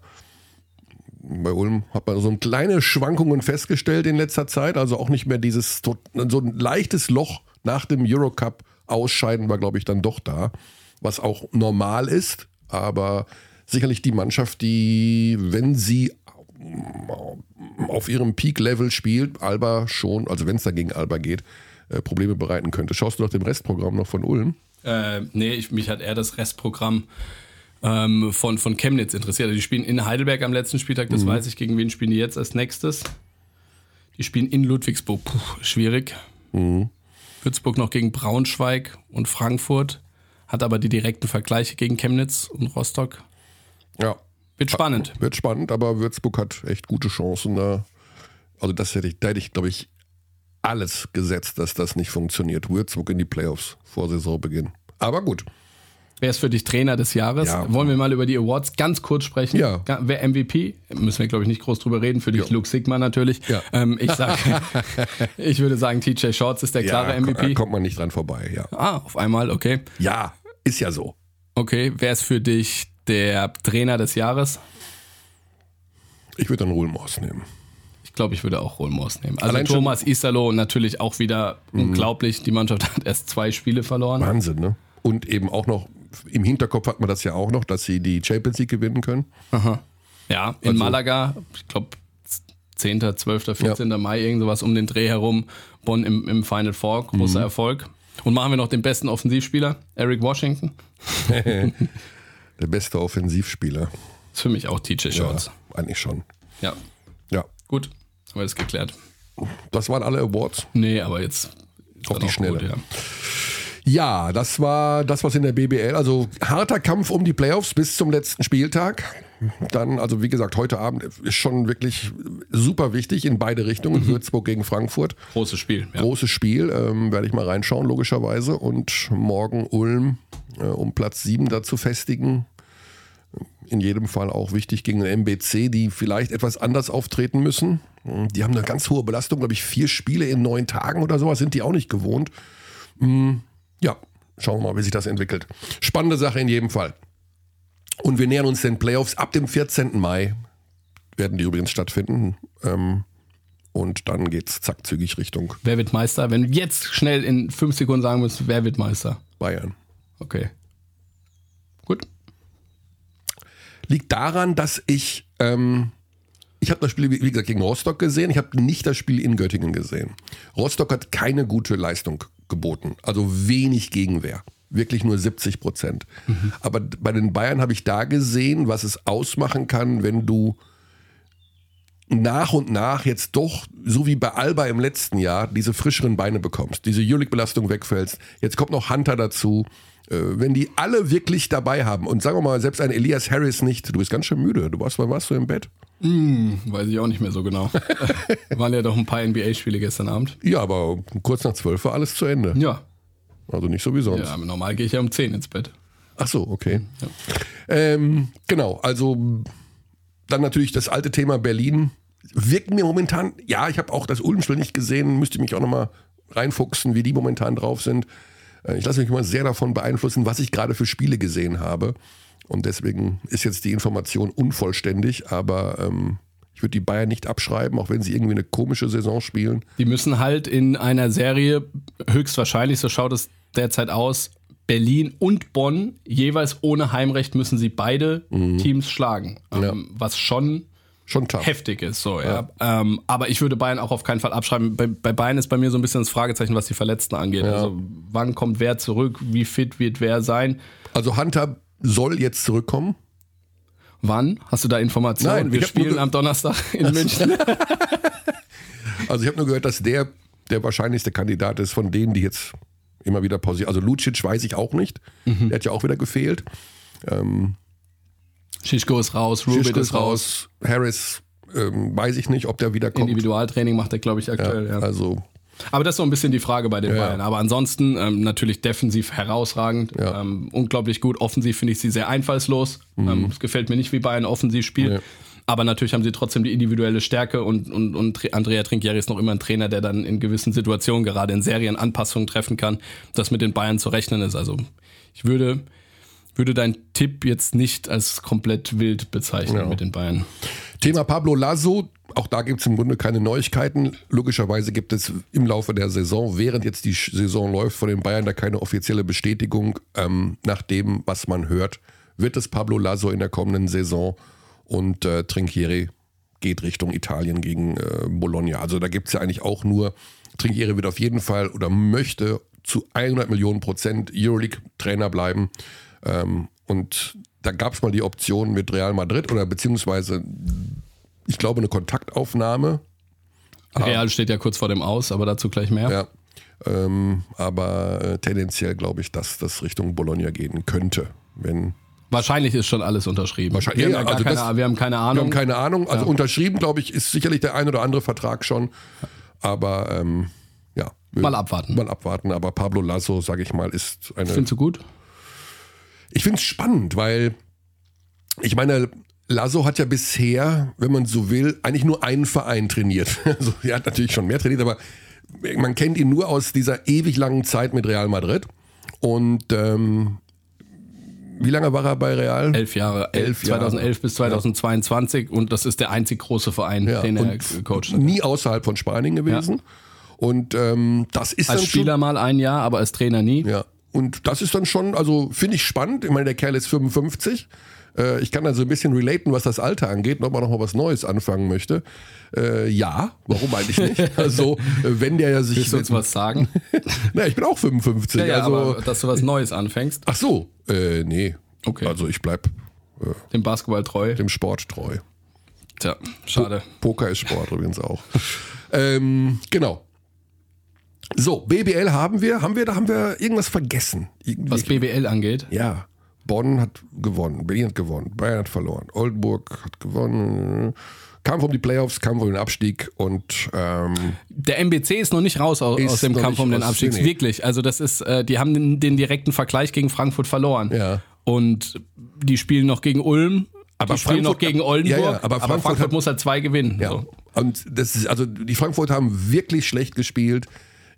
Bei Ulm hat man so kleine Schwankungen festgestellt in letzter Zeit. Also auch nicht mehr dieses, so ein leichtes Loch nach dem Eurocup ausscheiden war, glaube ich, dann doch da. Was auch normal ist, aber sicherlich die Mannschaft, die, wenn sie auf ihrem Peak-Level spielt, Alba schon, also wenn es da gegen Alba geht, äh, Probleme bereiten könnte. Schaust du doch dem Restprogramm noch von Ulm? Äh, nee, ich, mich hat eher das Restprogramm ähm, von, von Chemnitz interessiert. Also die spielen in Heidelberg am letzten Spieltag, das mhm. weiß ich. Gegen wen spielen die jetzt als nächstes? Die spielen in Ludwigsburg. Puh, schwierig. Mhm. Würzburg noch gegen Braunschweig und Frankfurt, hat aber die direkten Vergleiche gegen Chemnitz und Rostock. Ja. Wird spannend. Wird spannend, aber Würzburg hat echt gute Chancen da. Also das hätte ich, da hätte ich, glaube ich, alles gesetzt, dass das nicht funktioniert. Würzburg in die Playoffs vor Saisonbeginn. Aber gut. Wer ist für dich Trainer des Jahres? Ja. Wollen wir mal über die Awards ganz kurz sprechen? Ja. Wer M V P? Müssen wir, glaube ich, nicht groß drüber reden. Für dich ja. Luke Sigma natürlich. Ja. Ähm, ich, sag, ich würde sagen, T J Shorts ist der klare ja, M V P. Da kommt man nicht dran vorbei, ja. Ah, auf einmal, okay. Ja, ist ja so. Okay, wer ist für dich der Trainer des Jahres? Ich würde dann Roel Moors nehmen. Ich glaube, ich würde auch Roel Moors nehmen. Also Allein Thomas Isalo natürlich auch wieder mhm. unglaublich. Die Mannschaft hat erst zwei Spiele verloren. Wahnsinn, ne? Und eben auch noch, im Hinterkopf hat man das ja auch noch, dass sie die Champions League gewinnen können. Aha. Ja, in also, Malaga, ich glaube zehnten, zwölften, vierzehnten Ja. Mai, irgend sowas um den Dreh herum. Bonn im, im Final Four, großer mhm. Erfolg. Und machen wir noch den besten Offensivspieler, Eric Washington. Der beste Offensivspieler. Ist für mich auch T J Shorts. Ja, eigentlich schon. Ja. Ja. Gut, haben wir das geklärt. Das waren alle Awards? Nee, aber jetzt auf die Schnelle. Gut, ja. Ja, das war das, was in der B B L, also harter Kampf um die Playoffs bis zum letzten Spieltag. Dann, also wie gesagt, heute Abend ist schon wirklich super wichtig in beide Richtungen. Mhm. Würzburg gegen Frankfurt. Großes Spiel. Ja. Großes Spiel, ähm, werde ich mal reinschauen, logischerweise. Und morgen Ulm, äh, um Platz sieben da zu festigen. In jedem Fall auch wichtig gegen den M B C, die vielleicht etwas anders auftreten müssen. Die haben eine ganz hohe Belastung, glaube ich, vier Spiele in neun Tagen oder sowas sind die auch nicht gewohnt. Ja, schauen wir mal, wie sich das entwickelt. Spannende Sache in jedem Fall. Und wir nähern uns den Playoffs. Ab dem vierzehnten Mai werden die übrigens stattfinden. Ähm, und dann geht's zack, zügig Richtung Wer wird Meister? Wenn du jetzt schnell in fünf Sekunden sagen musst, wer wird Meister? Bayern. Okay. Gut. Liegt daran, dass ich, ähm, ich habe das Spiel, wie gesagt, gegen Rostock gesehen. Ich habe nicht das Spiel in Göttingen gesehen. Rostock hat keine gute Leistung geboten. Also wenig Gegenwehr. Wirklich nur siebzig Prozent. Mhm. Aber bei den Bayern habe ich da gesehen, was es ausmachen kann, wenn du nach und nach jetzt doch, so wie bei Alba im letzten Jahr, diese frischeren Beine bekommst, diese Euroleague-Belastung wegfällst. Jetzt kommt noch Hunter dazu. Äh, wenn die alle wirklich dabei haben und sagen wir mal, selbst ein Elias Harris nicht, du bist ganz schön müde. Du warst, wann warst du im Bett? Hm, weiß ich auch nicht mehr so genau. Waren ja doch ein paar N B A-Spiele gestern Abend. Ja, aber kurz nach zwölf war alles zu Ende. Ja. Also nicht so wie sonst. Ja, aber normal gehe ich ja um zehn ins Bett. Ach so, okay. Ja. Ähm, genau, also dann natürlich das alte Thema Berlin. Wirkt mir momentan, ja, ich habe auch das Ulm-Spiel nicht gesehen, müsste mich auch nochmal reinfuchsen, wie die momentan drauf sind. Ich lasse mich immer sehr davon beeinflussen, was ich gerade für Spiele gesehen habe. Und deswegen ist jetzt die Information unvollständig, aber ähm, ich würde die Bayern nicht abschreiben, auch wenn sie irgendwie eine komische Saison spielen. Die müssen halt in einer Serie, höchstwahrscheinlich, so schaut es derzeit aus, Berlin und Bonn, jeweils ohne Heimrecht müssen sie beide mhm. Teams schlagen. Ähm, ja. Was schon... Schon tough. Heftig ist, so, ja. ja. Ähm, aber ich würde Bayern auch auf keinen Fall abschreiben. Bei, bei Bayern ist bei mir so ein bisschen das Fragezeichen, was die Verletzten angeht. Ja. Also, wann kommt wer zurück? Wie fit wird wer sein? Also, Hunter soll jetzt zurückkommen. Wann? Hast du da Informationen? Nein, wir spielen am Donnerstag in also, München. Also, ich habe nur gehört, dass der der wahrscheinlichste Kandidat ist von denen, die jetzt immer wieder pausieren. Also, Lucic weiß ich auch nicht. Mhm. Der hat ja auch wieder gefehlt. Ähm, Schischko ist raus, Rubit ist raus. raus. Harris, ähm, weiß ich nicht, ob der wiederkommt. Individualtraining macht er, glaube ich, aktuell. Ja, ja. Also, aber das ist so ein bisschen die Frage bei den ja, Bayern. Aber ansonsten ähm, natürlich defensiv herausragend, ja. ähm, unglaublich gut. Offensiv finde ich sie sehr einfallslos. Mhm. Ähm, es gefällt mir nicht, wie Bayern offensiv spielt. Ja. Aber natürlich haben sie trotzdem die individuelle Stärke und, und, und Andrea Trinchieri ist noch immer ein Trainer, der dann in gewissen Situationen, gerade in Serien, Anpassungen treffen kann, dass mit den Bayern zu rechnen ist. Also ich würde... würde dein Tipp jetzt nicht als komplett wild bezeichnen ja. mit den Bayern. Thema Pablo Laso, auch da gibt es im Grunde keine Neuigkeiten. Logischerweise gibt es im Laufe der Saison, während jetzt die Saison läuft, von den Bayern da keine offizielle Bestätigung. Ähm, nach dem, was man hört, wird es Pablo Laso in der kommenden Saison und äh, Trinchieri geht Richtung Italien gegen äh, Bologna. Also da gibt es ja eigentlich auch nur, Trinchieri wird auf jeden Fall oder möchte zu hundert Millionen Prozent Euroleague-Trainer bleiben. Ähm, und da gab es mal die Option mit Real Madrid oder beziehungsweise, ich glaube, eine Kontaktaufnahme. Real steht ja kurz vor dem Aus, aber dazu gleich mehr. Ja, ähm, aber äh, tendenziell glaube ich, dass das Richtung Bologna gehen könnte. Wenn Wahrscheinlich ist schon alles unterschrieben. Wahrscheinlich, wir, haben ja, also keine, das, wir haben keine Ahnung. Wir haben keine Ahnung. Also ja. unterschrieben, glaube ich, ist sicherlich der ein oder andere Vertrag schon. Aber ähm, ja. Mal abwarten. Mal abwarten. Aber Pablo Laso, sage ich mal, ist eine... Findest du gut? Ich finde es spannend, weil ich meine, Laso hat ja bisher, wenn man so will, eigentlich nur einen Verein trainiert. Also er hat natürlich schon mehr trainiert, aber man kennt ihn nur aus dieser ewig langen Zeit mit Real Madrid. Und ähm, wie lange war er bei Real? Elf Jahre. Elf Jahre. zweitausendelf bis zweitausendzweiundzwanzig ja. Und das ist der einzig große Verein, ja. den er coacht hat. Nie außerhalb von Spanien gewesen. Ja. Und ähm, das ist als dann Spieler schon, mal ein Jahr, aber als Trainer nie. Ja. Und das ist dann schon, also finde ich spannend. Ich meine, der Kerl ist fünfundfünfzig. Äh, ich kann also ein bisschen relaten, was das Alter angeht, ob man noch mal was Neues anfangen möchte. Äh, ja, warum eigentlich nicht? Also, wenn der ja sich... Willst du uns was sagen? Na, ich bin auch fünfundfünfzig. Ja, ja, also, aber dass du was Neues anfängst. Ach so, äh, nee. Okay. Also ich bleib äh, dem Basketball treu. Dem Sport treu. Tja, schade. Po- Poker ist Sport übrigens auch. ähm, genau. So, B B L haben wir. Haben wir, da haben wir irgendwas vergessen. Irgendwie. Was B B L angeht? Ja. Bonn hat gewonnen, Berlin hat gewonnen, Bayern hat verloren, Oldenburg hat gewonnen. Kampf um die Playoffs, Kampf um den Abstieg und ähm, der M B C ist noch nicht raus aus, aus dem Kampf um den Abstieg. Nee. Wirklich. Also das ist, äh, die haben den, den direkten Vergleich gegen Frankfurt verloren. Ja. Und die spielen noch gegen Ulm. Aber die spielen Frankfurt, noch gegen Oldenburg, ja, ja, aber, Frankfurt aber Frankfurt hat, muss halt zwei gewinnen. Ja. So. Und das ist, also die Frankfurt haben wirklich schlecht gespielt.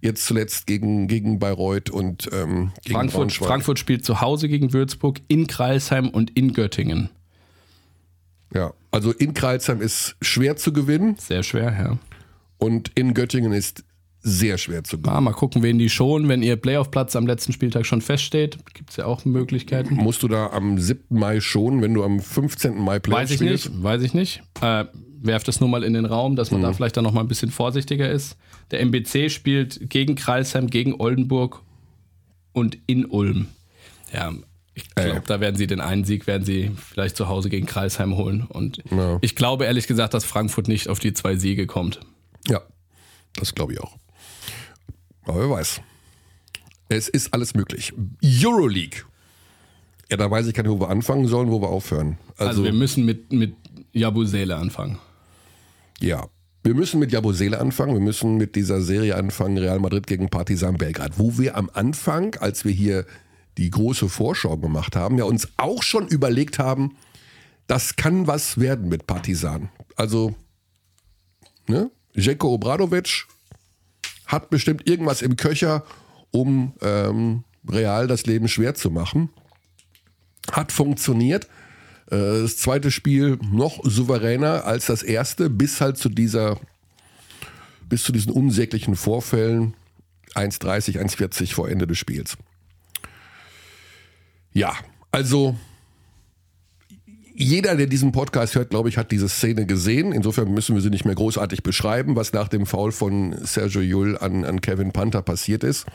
jetzt zuletzt gegen, gegen Bayreuth und ähm, gegen Frankfurt, Braunschweig. Frankfurt spielt zu Hause gegen Würzburg, in Crailsheim und in Göttingen. Ja, also in Crailsheim ist schwer zu gewinnen Sehr schwer, ja. und in Göttingen ist sehr schwer zu gewinnen. Ah, mal gucken, wen die schon, wenn ihr Playoff-Platz am letzten Spieltag schon feststeht. Gibt es ja auch Möglichkeiten. Musst du da am siebten Mai schon, wenn du am fünfzehnten Mai Playoff Weiß ich spielst? nicht, weiß ich nicht. Äh, werft es nur mal in den Raum, dass man Mhm. da vielleicht dann noch mal ein bisschen vorsichtiger ist. Der M B C spielt gegen Crailsheim, gegen Oldenburg und in Ulm. Ja, ich glaube, Äh. da werden sie den einen Sieg, werden sie vielleicht zu Hause gegen Crailsheim holen. Und Ja. ich glaube ehrlich gesagt, dass Frankfurt nicht auf die zwei Siege kommt. Ja, das glaube ich auch. Aber wer weiß. Es ist alles möglich. Euroleague. Ja, da weiß ich gar nicht, wo wir anfangen sollen, wo wir aufhören. Also, Also, wir müssen mit, mit Jabusele anfangen. ja. Wir müssen mit Jabusele anfangen. Wir müssen mit dieser Serie anfangen, Real Madrid gegen Partizan Belgrad. Wo wir am Anfang, als wir hier die große Vorschau gemacht haben, ja uns auch schon überlegt haben, das kann was werden mit Partizan. Also, ne? Željko Obradović hat bestimmt irgendwas im Köcher, um ähm, Real das Leben schwer zu machen. Hat funktioniert. Äh, das zweite Spiel noch souveräner als das erste, bis halt zu dieser, bis zu diesen unsäglichen Vorfällen. eins dreißig, eins vierzig vor Ende des Spiels. Ja, also jeder, der diesen Podcast hört, glaube ich, hat diese Szene gesehen. Insofern müssen wir sie nicht mehr großartig beschreiben, was nach dem Foul von Sergio Llull an, an Kevin Panther passiert ist.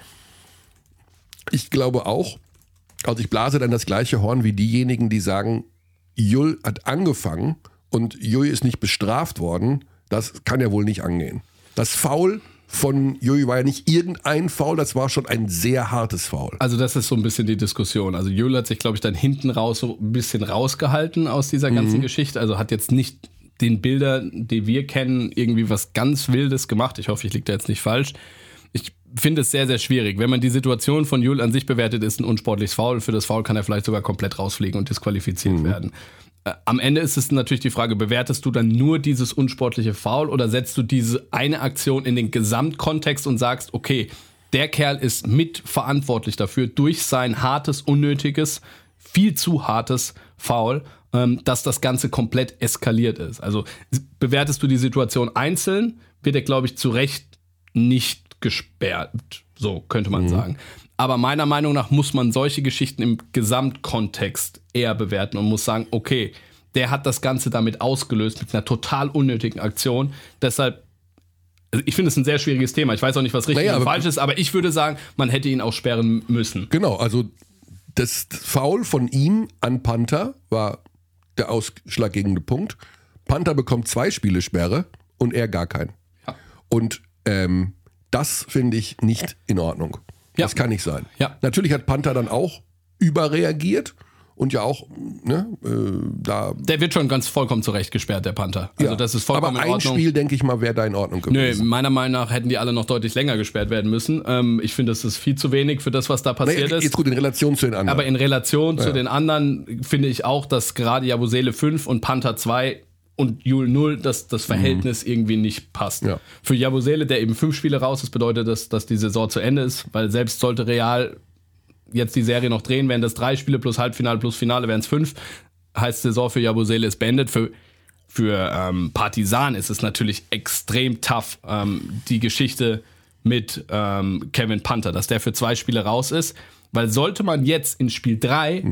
Ich glaube auch, also ich blase dann das gleiche Horn wie diejenigen, die sagen, Llull hat angefangen und Llull ist nicht bestraft worden. Das kann ja wohl nicht angehen. Das Foul von Llull war ja nicht irgendein Foul, das war schon ein sehr hartes Foul. Also das ist so ein bisschen die Diskussion. Also Llull hat sich, glaube ich, dann hinten raus so ein bisschen rausgehalten aus dieser ganzen Mhm. Geschichte. Also hat jetzt nicht den Bildern, die wir kennen, irgendwie was ganz Wildes gemacht. Ich hoffe, ich liege da jetzt nicht falsch. Ich finde es sehr, sehr schwierig. Wenn man die Situation von Llull an sich bewertet, ist ein unsportliches Foul. Für das Foul kann er vielleicht sogar komplett rausfliegen und disqualifiziert Mhm. werden. Äh, am Ende ist es natürlich die Frage, bewertest du dann nur dieses unsportliche Foul oder setzt du diese eine Aktion in den Gesamtkontext und sagst, okay, der Kerl ist mitverantwortlich dafür, durch sein hartes, unnötiges, viel zu hartes Foul, ähm, dass das Ganze komplett eskaliert ist. Also bewertest du die Situation einzeln, wird er, glaube ich, zu Recht nicht gesperrt. So könnte man sagen. Aber meiner Meinung nach muss man solche Geschichten im Gesamtkontext eher bewerten und muss sagen, okay, der hat das Ganze damit ausgelöst mit einer total unnötigen Aktion. Deshalb, also ich finde es ein sehr schwieriges Thema. Ich weiß auch nicht, was richtig Naja, und aber- falsch ist, aber ich würde sagen, man hätte ihn auch sperren müssen. Genau, also das Foul von ihm an Panther war der ausschlaggebende Punkt. Panther bekommt zwei Spiele Sperre und er gar keinen. Ja. Und ähm, das finde ich nicht in Ordnung. Ja. Das kann nicht sein. Ja. Natürlich hat Panther dann auch überreagiert und ja auch, ne, äh, da. Der wird schon ganz vollkommen zurecht gesperrt, der Panther. Also ja. das ist vollkommen Aber in ein Ordnung. Spiel, denke ich mal, wäre da in Ordnung Nö, gewesen. meiner Meinung nach hätten die alle noch deutlich länger gesperrt werden müssen. Ähm, ich finde, das ist viel zu wenig für das, was da passiert Naja, ist. jetzt gut, in Relation zu den anderen. Aber in Relation zu den anderen finde ich auch, dass gerade Jabusele fünf und Panther zwei und Llull null, dass das Verhältnis irgendwie nicht passt. Ja. Für Jabusele, der eben fünf Spiele raus ist, bedeutet das, dass die Saison zu Ende ist, weil selbst sollte Real jetzt die Serie noch drehen, wären das drei Spiele plus Halbfinale plus Finale, wären es fünf. Heißt, Saison für Jabusele ist beendet. Für, für ähm, Partizan ist es natürlich extrem tough, ähm, die Geschichte mit ähm, Kevin Panther, dass der für zwei Spiele raus ist. Weil sollte man jetzt in Spiel drei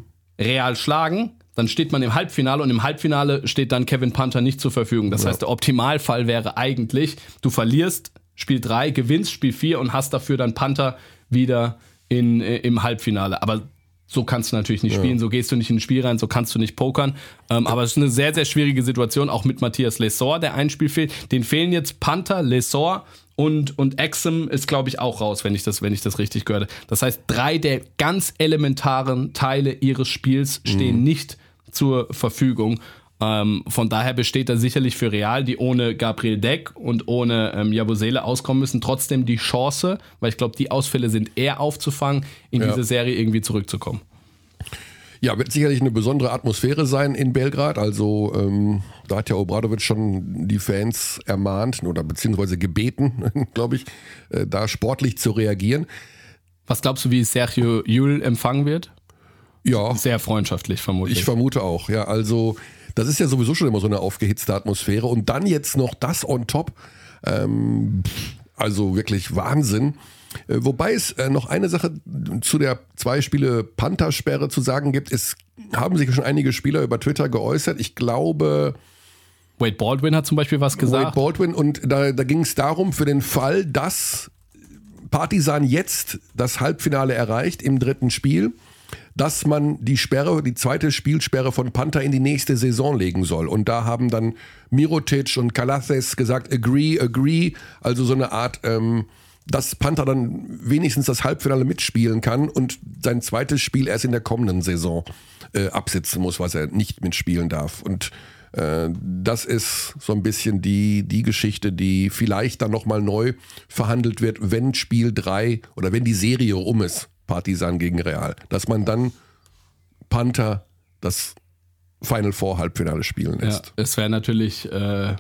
Real schlagen, dann steht man im Halbfinale und im Halbfinale steht dann Kevin Panther nicht zur Verfügung. Das Ja. heißt, der Optimalfall wäre eigentlich, du verlierst Spiel drei, gewinnst Spiel vier und hast dafür dann Panther wieder in, äh, im Halbfinale. Aber so kannst du natürlich nicht spielen, so gehst du nicht in ein Spiel rein, so kannst du nicht pokern. Ähm, aber es ist eine sehr, sehr schwierige Situation, auch mit Matthias Lesor, der ein Spiel fehlt. Den fehlen jetzt Panther, Lesor und, und Exum ist, glaube ich, auch raus, wenn ich, das, wenn ich das richtig gehört habe. Das heißt, drei der ganz elementaren Teile ihres Spiels stehen nicht zur Verfügung. Ähm, von daher besteht da sicherlich für Real, die ohne Gabriel Deck und ohne ähm, Jabusele auskommen müssen, trotzdem die Chance, weil ich glaube, die Ausfälle sind eher aufzufangen, in Ja. diese Serie irgendwie zurückzukommen. Ja, wird sicherlich eine besondere Atmosphäre sein in Belgrad. Also ähm, da hat ja Obradovic schon die Fans ermahnt oder beziehungsweise gebeten, glaube ich, äh, da sportlich zu reagieren. Was glaubst du, wie Sergio Llull empfangen wird? Ja. Sehr freundschaftlich vermutlich. Ich vermute auch, ja. Also das ist ja sowieso schon immer so eine aufgehitzte Atmosphäre. Und dann jetzt noch das on top. Ähm, also wirklich Wahnsinn. Wobei es äh, noch eine Sache zu der zwei Spiele Panther-Sperre zu sagen gibt. Es haben sich schon einige Spieler über Twitter geäußert. Ich glaube... Wade Baldwin hat zum Beispiel was gesagt. Wade Baldwin. Und da, da ging es darum, für den Fall, dass Partizan jetzt das Halbfinale erreicht im dritten Spiel, dass man die Sperre, die zweite Spielsperre von Panther in die nächste Saison legen soll. Und da haben dann Mirotic und Calathes gesagt, agree, agree. Also so eine Art... Ähm, dass Panther dann wenigstens das Halbfinale mitspielen kann und sein zweites Spiel erst in der kommenden Saison äh, absitzen muss, was er nicht mitspielen darf. Und äh, das ist so ein bisschen die, die Geschichte, die vielleicht dann nochmal neu verhandelt wird, wenn Spiel drei oder wenn die Serie um ist, Partizan gegen Real. Dass man dann Panther das Final Four Halbfinale spielen lässt. Ja, es wäre natürlich... Äh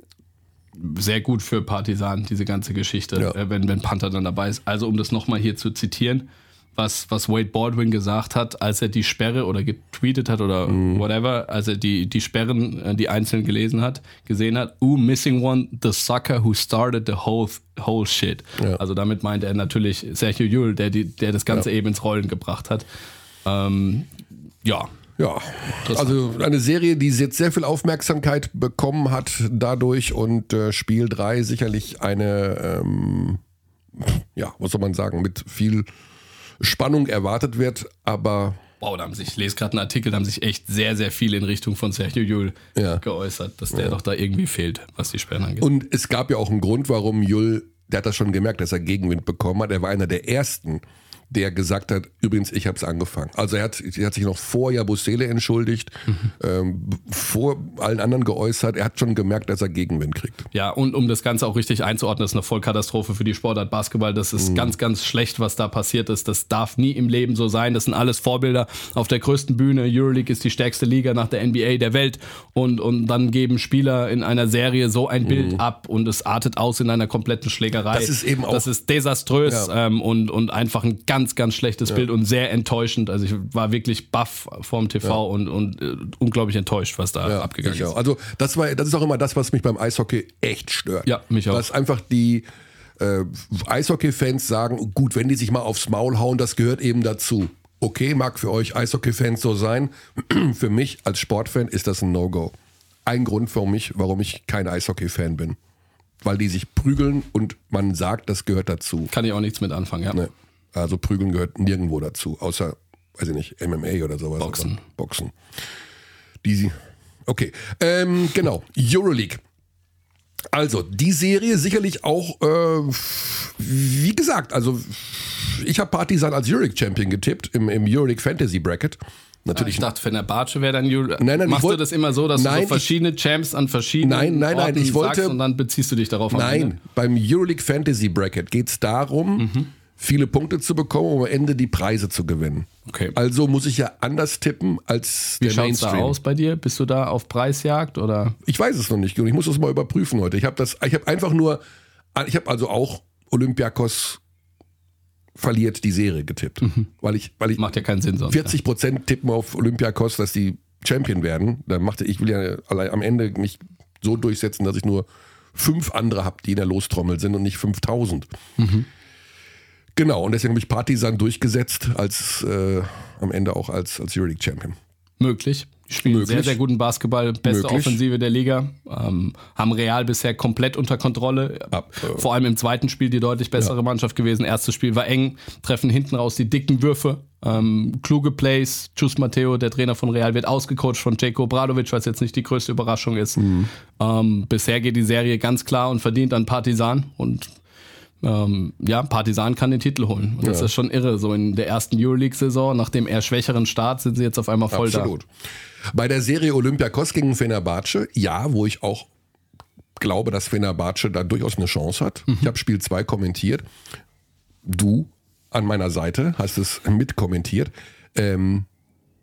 sehr gut für Partizan, diese ganze Geschichte, ja. äh, wenn, wenn Panther dann dabei ist. Also um das nochmal hier zu zitieren, was, was Wade Baldwin gesagt hat, als er die Sperre oder getweetet hat oder mm. whatever, als er die, die Sperren, äh, die einzeln gelesen hat, gesehen hat, ooh, missing one, the sucker who started the whole, whole shit. Ja. Also damit meinte er natürlich Sergio Llull, der, die, der das Ganze ja. eben ins Rollen gebracht hat. Ähm, ja, Ja, also eine Serie, die jetzt sehr viel Aufmerksamkeit bekommen hat dadurch und äh, Spiel drei sicherlich eine, ähm, ja, was soll man sagen, mit viel Spannung erwartet wird, aber... Wow, da haben sich, ich lese gerade einen Artikel, da haben sich echt sehr, sehr viele in Richtung von Sergio Llull ja. geäußert, dass der ja. doch da irgendwie fehlt, was die Sperren angeht. Und es gab ja auch einen Grund, warum Llull, der hat das schon gemerkt, dass er Gegenwind bekommen hat, er war einer der ersten, der gesagt hat, übrigens, ich habe es angefangen. Also er hat, er hat sich noch vor Yabusele entschuldigt, mhm. ähm, vor allen anderen geäußert. Er hat schon gemerkt, dass er Gegenwind kriegt. Ja, und um das Ganze auch richtig einzuordnen, das ist eine Vollkatastrophe für die Sportart Basketball. Das ist mhm. ganz, ganz schlecht, was da passiert ist. Das darf nie im Leben so sein. Das sind alles Vorbilder auf der größten Bühne. Euroleague ist die stärkste Liga nach der N B A der Welt. Und, und dann geben Spieler in einer Serie so ein Bild mhm. ab und es artet aus in einer kompletten Schlägerei. Das ist eben auch... Das ist desaströs ja. ähm, und, und einfach ein ganz Ganz, ganz schlechtes ja. Bild und sehr enttäuschend. Also ich war wirklich baff vorm T V ja. und, und äh, unglaublich enttäuscht, was da ja, abgegangen ist. Auch. Also das war, das ist auch immer das, was mich beim Eishockey echt stört. Ja, mich auch. Dass einfach die äh, Eishockey-Fans sagen, gut, wenn die sich mal aufs Maul hauen, das gehört eben dazu. Okay, mag für euch Eishockey-Fans so sein. Für mich als Sportfan ist das ein No-Go. Ein Grund für mich, warum ich kein Eishockey-Fan bin. Weil die sich prügeln und man sagt, das gehört dazu. Kann ich auch nichts mit anfangen, ja. Nee. Also Prügeln gehört nirgendwo dazu, außer, weiß ich nicht, M M A oder sowas. Boxen. Boxen. Die, okay, ähm, genau, Euroleague. Also, die Serie sicherlich auch, äh, wie gesagt, also ich habe Partizan als Euroleague-Champion getippt im, im Euroleague Fantasy Bracket. Natürlich. Ich dachte, Fenerbahce wäre dann Euroleague. Nein, nein, Machst wollt, du das immer so, dass nein, du so verschiedene ich, Champs an verschiedenen nein, nein, nein, Orten ich wollte, sagst und dann beziehst du dich darauf? Nein, beim Euroleague Fantasy Bracket geht es darum, mhm. viele Punkte zu bekommen, um am Ende die Preise zu gewinnen. Okay. Also muss ich ja anders tippen als Wie der schaut's Mainstream. Da aus bei dir? Bist du da auf Preisjagd oder? Ich weiß es noch nicht und ich muss das mal überprüfen heute. Ich habe das, ich habe einfach nur, ich habe also auch Olympiakos verliert die Serie getippt, mhm. weil ich, weil ich macht ja keinen Sinn sonst. vierzig Prozent tippen auf Olympiakos, dass die Champion werden. Dann machte ich will ja allein am Ende mich so durchsetzen, dass ich nur fünf andere habe, die in der Lostrommel sind und nicht fünftausend. Mhm. Genau, und deswegen habe ich Partizan durchgesetzt, als äh, am Ende auch als, als Euroleague Champion. Möglich. Die spielen Möglich. sehr, sehr guten Basketball, beste Möglich. Offensive der Liga, ähm, haben Real bisher komplett unter Kontrolle. Ab, äh, Vor allem im zweiten Spiel die deutlich bessere ja. Mannschaft gewesen. Erstes Spiel war eng, treffen hinten raus die dicken Würfe. Ähm, kluge Plays. Chus Mateo, der Trainer von Real, wird ausgecoacht von Jeko Obradovic, was jetzt nicht die größte Überraschung ist. Mhm. Ähm, bisher geht die Serie ganz klar und verdient an Partizan und Ähm, ja, Partizan kann den Titel holen. Und das ja. ist schon irre. So in der ersten Euroleague-Saison, nach dem eher schwächeren Start, sind sie jetzt auf einmal voll Absolut. da. Bei der Serie Olympiakos gegen Fenerbahce, ja, wo ich auch glaube, dass Fenerbahce da durchaus eine Chance hat. Mhm. Ich habe Spiel zwei kommentiert. Du an meiner Seite hast es mitkommentiert. Ähm,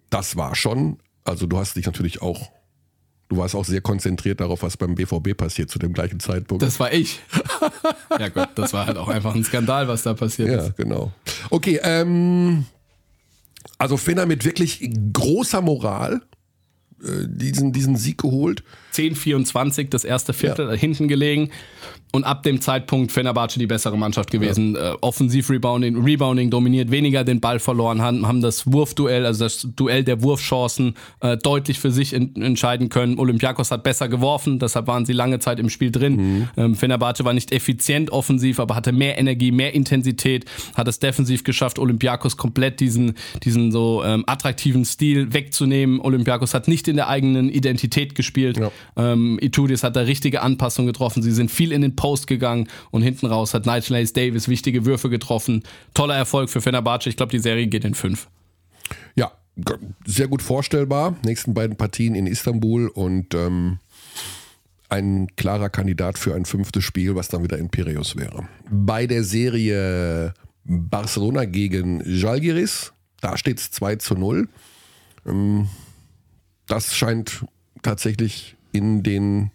das war schon, also du hast dich natürlich auch, du warst auch sehr konzentriert darauf, was beim B V B passiert zu dem gleichen Zeitpunkt. Das war ich. Ja gut, das war halt auch einfach ein Skandal, was da passiert ja, ist. Ja, genau. Okay, ähm, also Fener mit wirklich großer Moral äh, diesen, diesen Sieg geholt. zehn vierundzwanzig, das erste Viertel ja. hinten gelegen. Und ab dem Zeitpunkt Fenerbahce die bessere Mannschaft gewesen. Ja. Äh, Offensiv-Rebounding Rebounding dominiert, weniger den Ball verloren, haben, haben das Wurfduell, also das Duell der Wurfchancen äh, deutlich für sich in, entscheiden können. Olympiakos hat besser geworfen, deshalb waren sie lange Zeit im Spiel drin. Mhm. Ähm, Fenerbahce war nicht effizient offensiv, aber hatte mehr Energie, mehr Intensität, hat es defensiv geschafft, Olympiakos komplett diesen, diesen so ähm, attraktiven Stil wegzunehmen. Olympiakos hat nicht in der eigenen Identität gespielt. Ja. Ähm, Itoudis hat da richtige Anpassungen getroffen. Sie sind viel in den Post gegangen und hinten raus hat Nigel Hayes-Davis wichtige Würfe getroffen. Toller Erfolg für Fenerbahce. Ich glaube, die Serie geht in fünf. Ja, sehr gut vorstellbar. Nächsten beiden Partien in Istanbul und ähm, ein klarer Kandidat für ein fünftes Spiel, was dann wieder in Piräus wäre. Bei der Serie Barcelona gegen Žalgiris, da steht es zwei zu null. Ähm, das scheint tatsächlich in den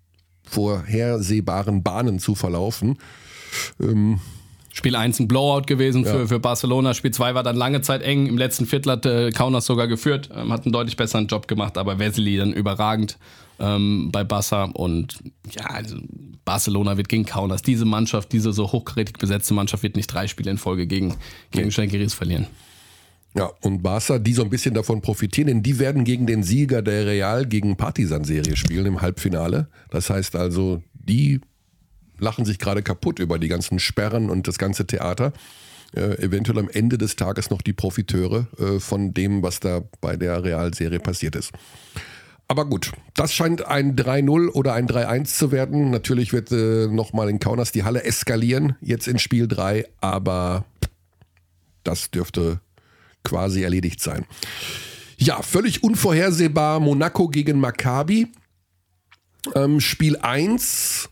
vorhersehbaren Bahnen zu verlaufen. Ähm, Spiel eins ein Blowout gewesen für, ja. für Barcelona. Spiel zwei war dann lange Zeit eng. Im letzten Viertel hat äh, Kaunas sogar geführt, ähm, hat einen deutlich besseren Job gemacht, aber Vesely dann überragend ähm, bei Barca. Und ja, also Barcelona wird gegen Kaunas. Diese Mannschaft, diese so hochkarätig besetzte Mannschaft wird nicht drei Spiele in Folge gegen, gegen Žalgiris verlieren. Ja, und Barca, die so ein bisschen davon profitieren, denn die werden gegen den Sieger der Real gegen Partizan-Serie spielen im Halbfinale. Das heißt also, die lachen sich gerade kaputt über die ganzen Sperren und das ganze Theater. Äh, eventuell am Ende des Tages noch die Profiteure äh, von dem, was da bei der Real-Serie passiert ist. Aber gut, das scheint ein drei null oder ein drei eins zu werden. Natürlich wird äh, nochmal in Kaunas die Halle eskalieren, jetzt in Spiel drei, aber das dürfte quasi erledigt sein. Ja, völlig unvorhersehbar Monaco gegen Maccabi. Ähm, Spiel eins.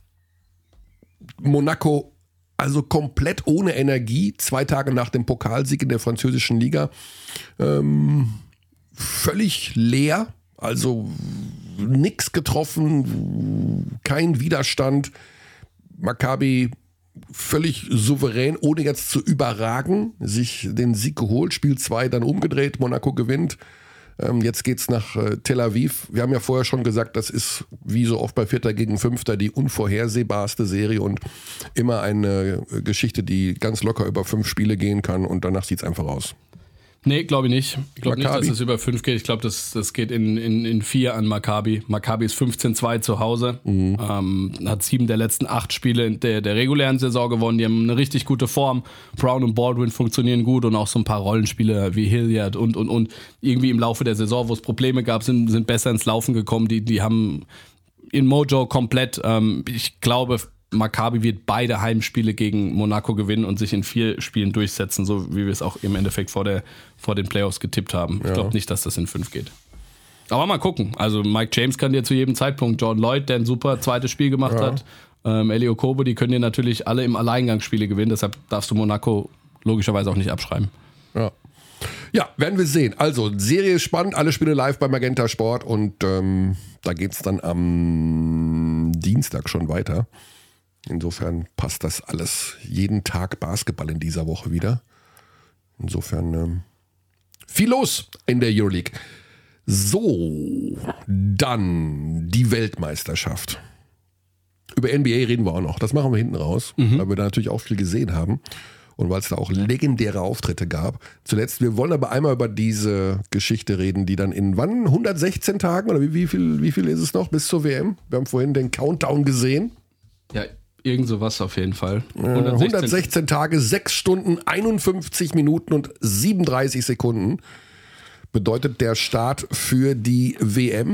Monaco also komplett ohne Energie. Zwei Tage nach dem Pokalsieg in der französischen Liga. Ähm, völlig leer. Also nichts getroffen. Kein Widerstand. Maccabi völlig souverän, ohne jetzt zu überragen, sich den Sieg geholt, Spiel zwei dann umgedreht, Monaco gewinnt. Ähm, jetzt geht's nach äh, Tel Aviv. Wir haben ja vorher schon gesagt, das ist wie so oft bei Vierter gegen Fünfter die unvorhersehbarste Serie und immer eine äh, Geschichte, die ganz locker über fünf Spiele gehen kann und danach sieht's einfach aus. Nee, glaube ich nicht. Ich glaube nicht, dass es über fünf geht. Ich glaube, das, das geht in, in, in vier an Maccabi. Maccabi ist fünfzehn zwei zu Hause. Mhm. Ähm, hat sieben der letzten acht Spiele der, der regulären Saison gewonnen. Die haben eine richtig gute Form. Brown und Baldwin funktionieren gut und auch so ein paar Rollenspieler wie Hilliard und, und, und. Irgendwie im Laufe der Saison, wo es Probleme gab, sind, sind besser ins Laufen gekommen. Die, die haben in Mojo komplett, ähm, ich glaube, Maccabi wird beide Heimspiele gegen Monaco gewinnen und sich in vier Spielen durchsetzen, so wie wir es auch im Endeffekt vor, der, vor den Playoffs getippt haben. Ja. Ich glaube nicht, dass das in fünf geht. Aber mal gucken. Also Mike James kann dir zu jedem Zeitpunkt, Jordan Lloyd, der ein super zweites Spiel gemacht ja. hat, ähm, Eli Okobo, die können dir natürlich alle im Alleingangsspiele gewinnen. Deshalb darfst du Monaco logischerweise auch nicht abschreiben. Ja. Ja, werden wir sehen. Also, Serie ist spannend, alle Spiele live bei Magenta Sport und ähm, da geht es dann am Dienstag schon weiter. Insofern passt das alles. Jeden Tag Basketball in dieser Woche wieder. Insofern ähm, viel los in der Euroleague. So, dann die Weltmeisterschaft. Über N B A reden wir auch noch. Das machen wir hinten raus, mhm. weil wir da natürlich auch viel gesehen haben. Und weil es da auch legendäre Auftritte gab. Zuletzt, wir wollen aber einmal über diese Geschichte reden, die dann in wann? hundertsechzehn Tagen? Oder wie, wie, viel, wie viel ist es noch bis zur W M? Wir haben vorhin den Countdown gesehen. Ja, irgend sowas auf jeden Fall. hundertsechzehn, hundertsechzehn Tage, sechs Stunden, einundfünfzig Minuten und siebenunddreißig Sekunden bedeutet der Start für die W M.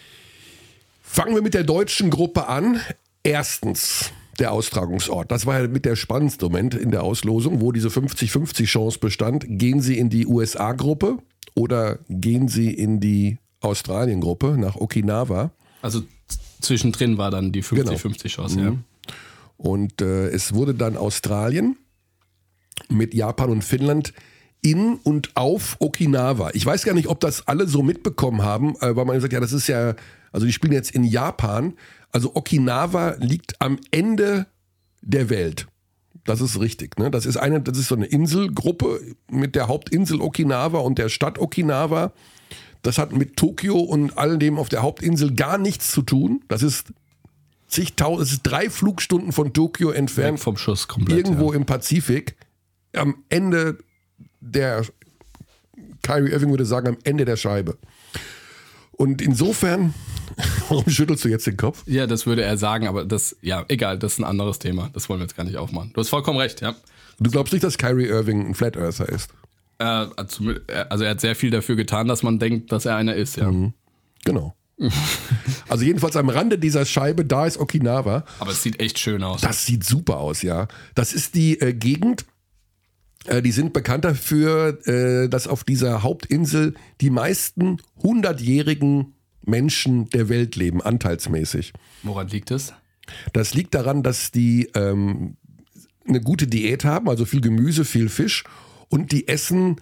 Fangen wir mit der deutschen Gruppe an. Erstens der Austragungsort. Das war ja mit der spannendste Moment in der Auslosung, wo diese fünfzig fünfzig Chance bestand. Gehen Sie in die U S A-Gruppe oder gehen Sie in die Australien-Gruppe nach Okinawa? Also zwischendrin war dann die fünfzig fünfzig Chance, genau. ja. Und äh, es wurde dann Australien mit Japan und Finnland in und auf Okinawa. Ich weiß gar nicht, ob das alle so mitbekommen haben, weil man gesagt, ja, das ist ja, also die spielen jetzt in Japan. Also Okinawa liegt am Ende der Welt. Das ist richtig, ne? Das ist eine, das ist so eine Inselgruppe mit der Hauptinsel Okinawa und der Stadt Okinawa. Das hat mit Tokio und all dem auf der Hauptinsel gar nichts zu tun. Das ist zigtausend, es ist drei Flugstunden von Tokio entfernt. Weg vom Schuss komplett. Irgendwo ja. im Pazifik. Am Ende der, Kyrie Irving würde sagen, am Ende der Scheibe. Und insofern, warum schüttelst du jetzt den Kopf? Ja, das würde er sagen, aber das, ja, egal, das ist ein anderes Thema. Das wollen wir jetzt gar nicht aufmachen. Du hast vollkommen recht, ja. Du glaubst nicht, dass Kyrie Irving ein Flat Earther ist? Äh, also er hat sehr viel dafür getan, dass man denkt, dass er einer ist, ja. Mhm. Genau. Also jedenfalls am Rande dieser Scheibe, da ist Okinawa. Aber es sieht echt schön aus. Das sieht super aus, ja. Das ist die äh, Gegend, äh, die sind bekannt dafür, äh, dass auf dieser Hauptinsel die meisten hundertjährigen Menschen der Welt leben, anteilsmäßig. Woran liegt es? Das liegt daran, dass die ähm, eine gute Diät haben, also viel Gemüse, viel Fisch und die essen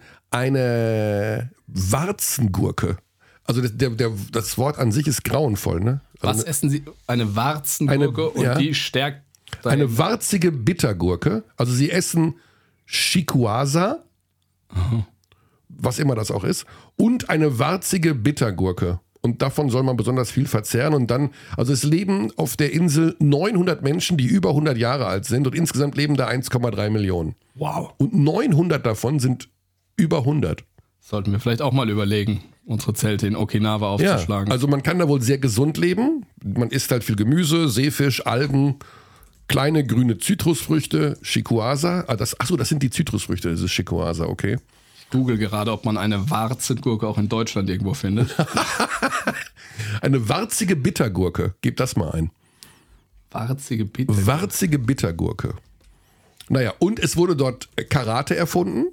eine Warzengurke. Also das, der, der, das Wort an sich ist grauenvoll, ne? Also Was essen Sie? Eine Warzengurke eine, und ja, die stärkt... Eine warzige Bittergurke. Also sie essen Shikuasa, Aha. was immer das auch ist, und eine warzige Bittergurke. Und davon soll man besonders viel verzehren. Und dann, also es leben auf der Insel neunhundert Menschen, die über hundert Jahre alt sind. Und insgesamt leben da eins Komma drei Millionen. Wow. Und neunhundert davon sind über hundert. Sollten wir vielleicht auch mal überlegen, unsere Zelte in Okinawa aufzuschlagen. Ja, also man kann da wohl sehr gesund leben. Man isst halt viel Gemüse, Seefisch, Algen, kleine grüne Zitrusfrüchte, Shikuasa. Ah, das, achso, das sind die Zitrusfrüchte, das ist Shikuasa, okay. Ich google gerade, ob man eine Warzengurke auch in Deutschland irgendwo findet. Eine warzige Bittergurke, gib das mal ein. Warzige Bittergurke. Warzige Bittergurke. Naja, und es wurde dort Karate erfunden.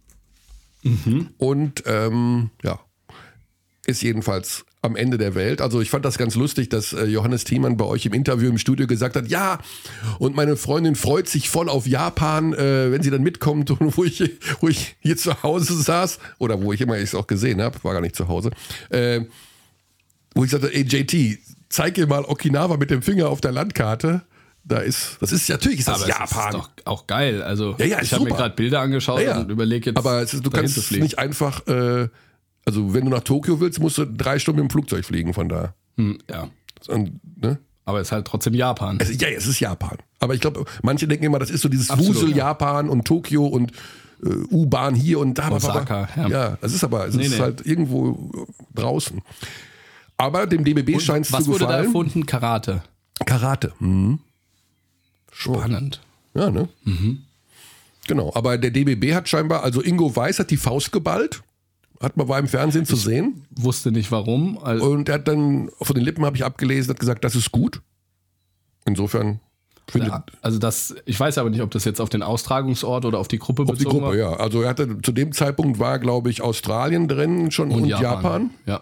Mhm. Und ähm, ja, ist jedenfalls am Ende der Welt. Also ich fand das ganz lustig, dass äh, Johannes Thiemann bei euch im Interview im Studio gesagt hat, ja, und meine Freundin freut sich voll auf Japan, äh, wenn sie dann mitkommt, und wo ich, wo ich hier zu Hause saß, oder wo ich immer es auch gesehen habe, war gar nicht zu Hause, äh, wo ich sagte, ey J T, zeig ihr mal Okinawa mit dem Finger auf der Landkarte. Da ist, das ist natürlich ist das aber Japan. Es ist doch auch geil. Also ja, ja, ich habe mir super. gerade Bilder angeschaut Ja, ja. und überlege jetzt. Aber es ist, du kannst es nicht einfach, äh, also wenn du nach Tokio willst, musst du drei Stunden mit dem Flugzeug fliegen von da. Hm, ja. Und, ne? Aber es ist halt trotzdem Japan. Es, ja, es ist Japan. Aber ich glaube, manche denken immer, das ist so dieses Absolut, Wusel-Japan und Tokio und äh, U-Bahn hier und da. Osaka, aber, ja. ja, es ist aber, es Nee, ist nee. halt irgendwo draußen. Aber dem D B B scheint es zu Was wurde da gefallen. erfunden? Karate. Karate. Mhm. Spannend. Ja, ne? Mhm. Genau. Aber der D B B hat scheinbar, also Ingo Weiß hat die Faust geballt. Hat man war im Fernsehen zu sehen. Wusste nicht warum. Also Und er hat dann, von den Lippen habe ich abgelesen, hat gesagt, das ist gut. Insofern findet. ja, also das, ich weiß aber nicht, ob das jetzt auf den Austragungsort oder auf die Gruppe Auf die bezogen Gruppe, war. ja. Also er hatte zu dem Zeitpunkt war, glaube ich, Australien drin schon und, Und, Japan. Japan. Ja.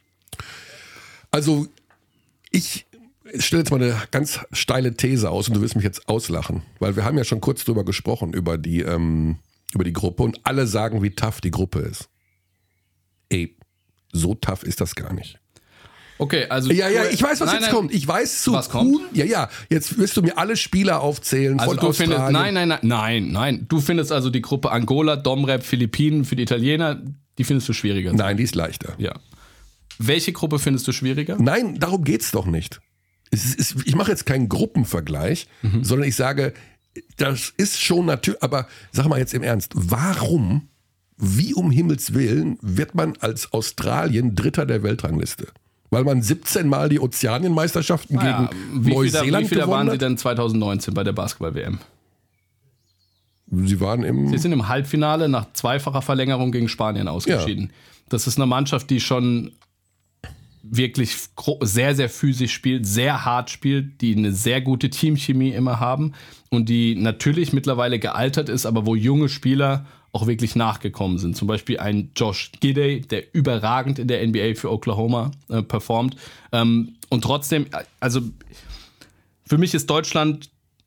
Also ich stelle jetzt mal eine ganz steile These aus und du wirst mich jetzt auslachen, weil wir haben ja schon kurz drüber gesprochen, über die, ähm, über die Gruppe und alle sagen, wie tough die Gruppe ist. Ey, so tough ist das gar nicht. Okay, also. Ja, ja, ich weiß, was nein, jetzt nein. kommt. Ich weiß zu Was kommt? tun. Ja, ja, jetzt wirst du mir alle Spieler aufzählen Also von du Australien. findest, nein, nein, nein, nein, nein. Du findest also die Gruppe Angola, Domrep, Philippinen für die Italiener, die findest du schwieriger. Nein, die ist leichter. Ja. Welche Gruppe findest du schwieriger? Nein, darum geht's doch nicht. Es ist, es, ich mache jetzt keinen Gruppenvergleich, mhm. sondern ich sage, das ist schon natürlich, aber sag mal jetzt im Ernst, warum, wie um Himmels Willen, wird man als Australien Dritter der Weltrangliste? Weil man siebzehn Mal die Ozeanienmeisterschaften Naja, gegen wie Neuseeland viele, wie viele gewonnen waren hat? sie denn zwanzig neunzehn bei der Basketball-W M? Sie waren im... Sie sind im Halbfinale nach zweifacher Verlängerung gegen Spanien ausgeschieden. Ja. Das ist eine Mannschaft, die schon wirklich sehr, sehr physisch spielt, sehr hart spielt, die eine sehr gute Teamchemie immer haben und die natürlich mittlerweile gealtert ist, aber wo junge Spieler auch wirklich nachgekommen sind. Zum Beispiel ein Josh Giddey, der überragend in der N B A für Oklahoma äh, performt. Ähm, und trotzdem, also für mich ist Deutschland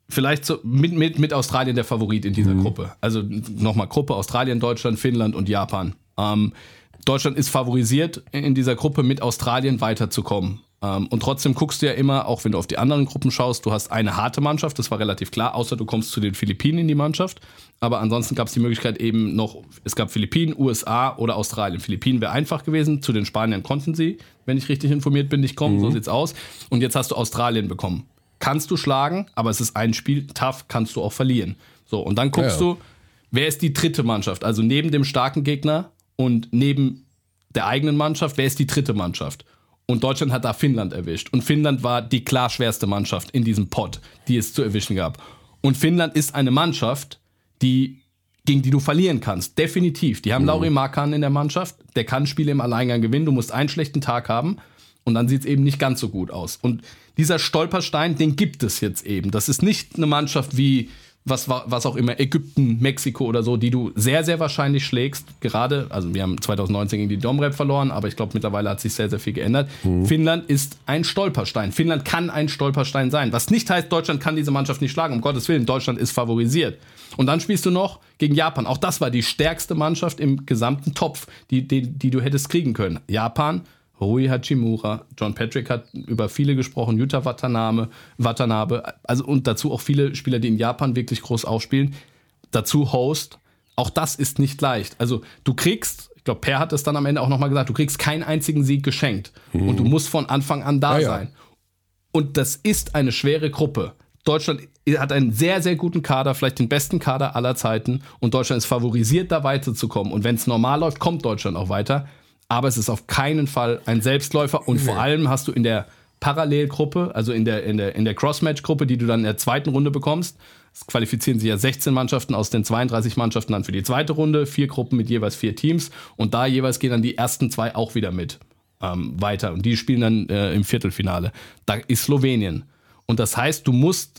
vielleicht so mit, mit, mit Australien der Favorit in dieser mhm. Gruppe. Also nochmal Gruppe Australien, Deutschland, Finnland und Japan. Ähm, Deutschland ist favorisiert in dieser Gruppe mit Australien weiterzukommen. Ähm, und trotzdem guckst du ja immer, auch wenn du auf die anderen Gruppen schaust, du hast eine harte Mannschaft, das war relativ klar, außer du kommst zu den Philippinen in die Mannschaft. Aber ansonsten gab es die Möglichkeit eben noch, es gab Philippinen, U S A oder Australien. Philippinen wäre einfach gewesen, zu den Spaniern konnten sie, wenn ich richtig informiert bin, nicht kommen, mhm. so sieht's aus. Und jetzt hast du Australien bekommen. Kannst du schlagen, aber es ist ein Spiel, tough, kannst du auch verlieren. So, und dann guckst ja, ja. du, wer ist die dritte Mannschaft? Also neben dem starken Gegner und neben der eigenen Mannschaft, wer ist die dritte Mannschaft? Und Deutschland hat da Finnland erwischt. Und Finnland war die klar schwerste Mannschaft in diesem Pot, die es zu erwischen gab. Und Finnland ist eine Mannschaft, die, gegen die du verlieren kannst. Definitiv. Die haben mhm. Lauri Markkanen in der Mannschaft. Der kann Spiele im Alleingang gewinnen. Du musst einen schlechten Tag haben. Und dann sieht es eben nicht ganz so gut aus. Und dieser Stolperstein, den gibt es jetzt eben. Das ist nicht eine Mannschaft wie, was, was auch immer, Ägypten, Mexiko oder so, die du sehr, sehr wahrscheinlich schlägst. Gerade, also wir haben zwanzig neunzehn gegen die Domrep verloren, aber ich glaube, mittlerweile hat sich sehr, sehr viel geändert. Mhm. Finnland ist ein Stolperstein. Finnland kann ein Stolperstein sein. Was nicht heißt, Deutschland kann diese Mannschaft nicht schlagen. Um Gottes Willen, Deutschland ist favorisiert. Und dann spielst du noch gegen Japan. Auch das war die stärkste Mannschaft im gesamten Topf, die, die, die du hättest kriegen können. Japan, Rui Hachimura, John Patrick hat über viele gesprochen, Yuta Watanabe, Watanabe, also und dazu auch viele Spieler, die in Japan wirklich groß aufspielen. Dazu Host. Auch das ist nicht leicht. Also du kriegst, ich glaube, Per hat es dann am Ende auch nochmal gesagt, du kriegst keinen einzigen Sieg geschenkt. Mhm. Und du musst von Anfang an da ja, sein. Ja. Und das ist eine schwere Gruppe. Deutschland hat einen sehr, sehr guten Kader, vielleicht den besten Kader aller Zeiten. Und Deutschland ist favorisiert, da weiterzukommen. Und wenn es normal läuft, kommt Deutschland auch weiter. Aber es ist auf keinen Fall ein Selbstläufer. Und vor allem hast du in der Parallelgruppe, also in der, in der, in der Crossmatch-Gruppe, die du dann in der zweiten Runde bekommst, es qualifizieren sich ja sechzehn Mannschaften aus den zweiunddreißig Mannschaften dann für die zweite Runde, vier Gruppen mit jeweils vier Teams. Und da jeweils gehen dann die ersten zwei auch wieder mit ähm, weiter. Und die spielen dann äh, im Viertelfinale. Da ist Slowenien. Und das heißt, du musst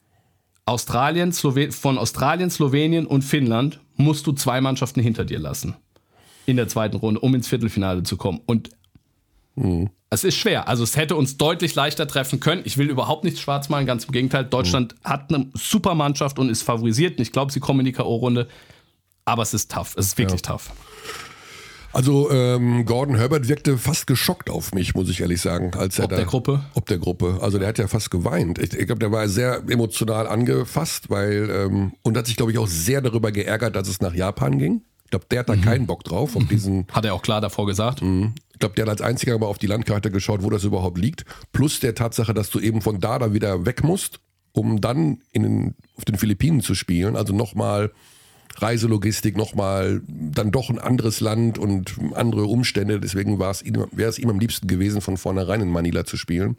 Australien, Slowen- von Australien, Slowenien und Finnland musst du zwei Mannschaften hinter dir lassen. In der zweiten Runde, um ins Viertelfinale zu kommen. Und mhm. es ist schwer. Also es hätte uns deutlich leichter treffen können. Ich will überhaupt nichts schwarz malen, ganz im Gegenteil. Deutschland mhm. hat eine super Mannschaft und ist favorisiert. Ich glaube, sie kommen in die K O-Runde. Aber es ist tough. Es ist wirklich ja. tough. Also ähm, Gordon Herbert wirkte fast geschockt auf mich, muss ich ehrlich sagen. Als er ob da, der Gruppe? Ob der Gruppe. Also der hat ja fast geweint. Ich, ich glaube, der war sehr emotional angefasst, weil ähm, und hat sich, glaube ich, auch sehr darüber geärgert, dass es nach Japan ging. Ich glaube, der hat da mhm. keinen Bock drauf. Auf diesen, hat er auch klar davor gesagt. Mhm. Ich glaube, der hat als einziger aber auf die Landkarte geschaut, wo das überhaupt liegt. Plus der Tatsache, dass du eben von da da wieder weg musst, um dann in den, auf den Philippinen zu spielen. Also nochmal Reiselogistik, nochmal dann doch ein anderes Land und andere Umstände. Deswegen wäre es ihm am liebsten gewesen, von vornherein in Manila zu spielen.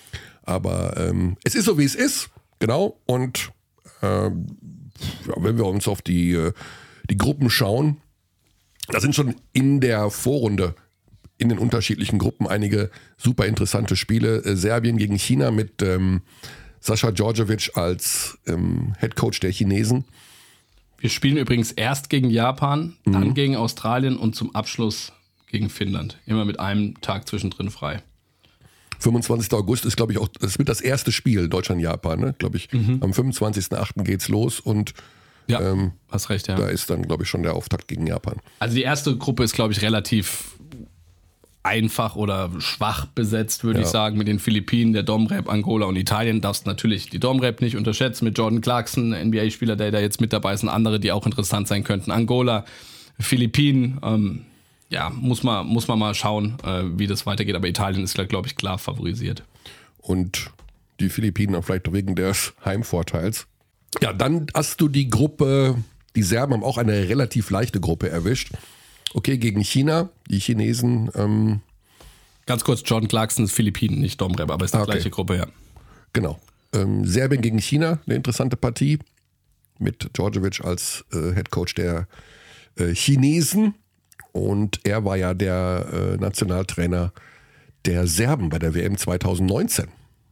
Aber ähm, es ist so, wie es ist. Genau. Und äh, ja, wenn wir uns auf die... Äh, die Gruppen schauen, da sind schon in der Vorrunde in den unterschiedlichen Gruppen einige super interessante Spiele. Äh, Serbien gegen China mit ähm, Sascha Djordjevic als ähm, Headcoach der Chinesen. Wir spielen übrigens erst gegen Japan, mhm. dann gegen Australien und zum Abschluss gegen Finnland. Immer mit einem Tag zwischendrin frei. fünfundzwanzigster August ist, glaube ich, auch, das wird das erste Spiel Deutschland-Japan, ne? Glaube ich. Mhm. Am fünfundzwanzigsten achten geht's los und Ja, ähm, hast recht, ja. Da ist dann, glaube ich, schon der Auftakt gegen Japan. Also die erste Gruppe ist, glaube ich, relativ einfach oder schwach besetzt, würde ja. ich sagen, mit den Philippinen, der Domrep, Angola und Italien. Darfst natürlich die Domrep nicht unterschätzen mit Jordan Clarkson, N B A-Spieler, der da jetzt mit dabei ist, und andere, die auch interessant sein könnten. Angola, Philippinen, ähm, ja, muss man, muss man mal schauen, äh, wie das weitergeht. Aber Italien ist, glaube ich, klar favorisiert. Und die Philippinen vielleicht wegen des Heimvorteils. Ja, dann hast du die Gruppe, die Serben haben auch eine relativ leichte Gruppe erwischt. Okay, gegen China, die Chinesen. Ähm Ganz kurz, Jordan Clarkson ist Philippinen, nicht Domrep, aber ist die okay. gleiche Gruppe, ja. Genau. Ähm, Serbien gegen China, eine interessante Partie. Mit Djordjevic als äh, Headcoach der äh, Chinesen. Und er war ja der äh, Nationaltrainer der Serben bei der W M zwanzig neunzehn.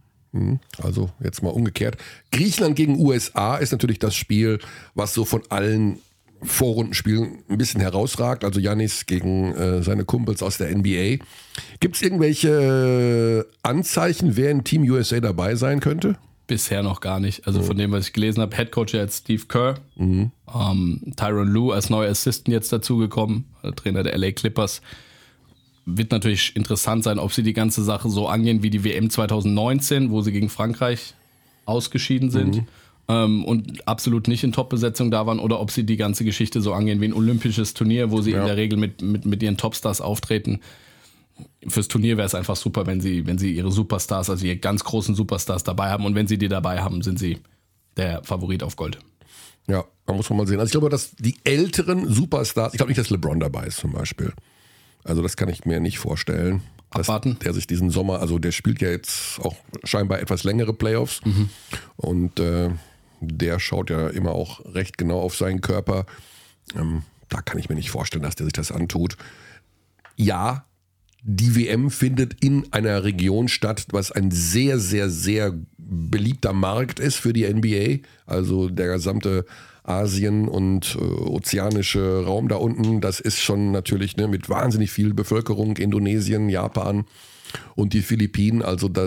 Also jetzt mal umgekehrt. Griechenland gegen U S A ist natürlich das Spiel, was so von allen Vorrundenspielen ein bisschen herausragt. Also Giannis gegen äh, seine Kumpels aus der N B A. Gibt es irgendwelche Anzeichen, wer in Team U S A dabei sein könnte? Bisher noch gar nicht. Also von dem, was ich gelesen habe, Headcoach ja jetzt Steve Kerr, mhm. ähm, Tyronn Lue als neuer Assistant jetzt dazugekommen, Trainer der L A Clippers. Wird natürlich interessant sein, ob sie die ganze Sache so angehen wie die W M zwanzig neunzehn, wo sie gegen Frankreich ausgeschieden sind mhm. ähm, und absolut nicht in Top-Besetzung da waren, oder ob sie die ganze Geschichte so angehen wie ein olympisches Turnier, wo sie ja. in der Regel mit, mit, mit ihren Topstars auftreten. Fürs Turnier wäre es einfach super, wenn sie, wenn sie ihre Superstars, also ihre ganz großen Superstars dabei haben, und wenn sie die dabei haben, sind sie der Favorit auf Gold. Ja, da muss man mal sehen. Also ich glaube, dass die älteren Superstars, ich glaube nicht, dass LeBron dabei ist zum Beispiel. Also das kann ich mir nicht vorstellen. Abwarten. Der sich diesen Sommer, also der spielt ja jetzt auch scheinbar etwas längere Playoffs mhm. und äh, der schaut ja immer auch recht genau auf seinen Körper. Ähm, da kann ich mir nicht vorstellen, dass der sich das antut. Ja, die W M findet in einer Region statt, was ein sehr, sehr, sehr beliebter Markt ist für die N B A. Also der gesamte Asien- und äh, ozeanische Raum da unten, das ist schon natürlich ne, mit wahnsinnig viel Bevölkerung, Indonesien, Japan und die Philippinen. Also da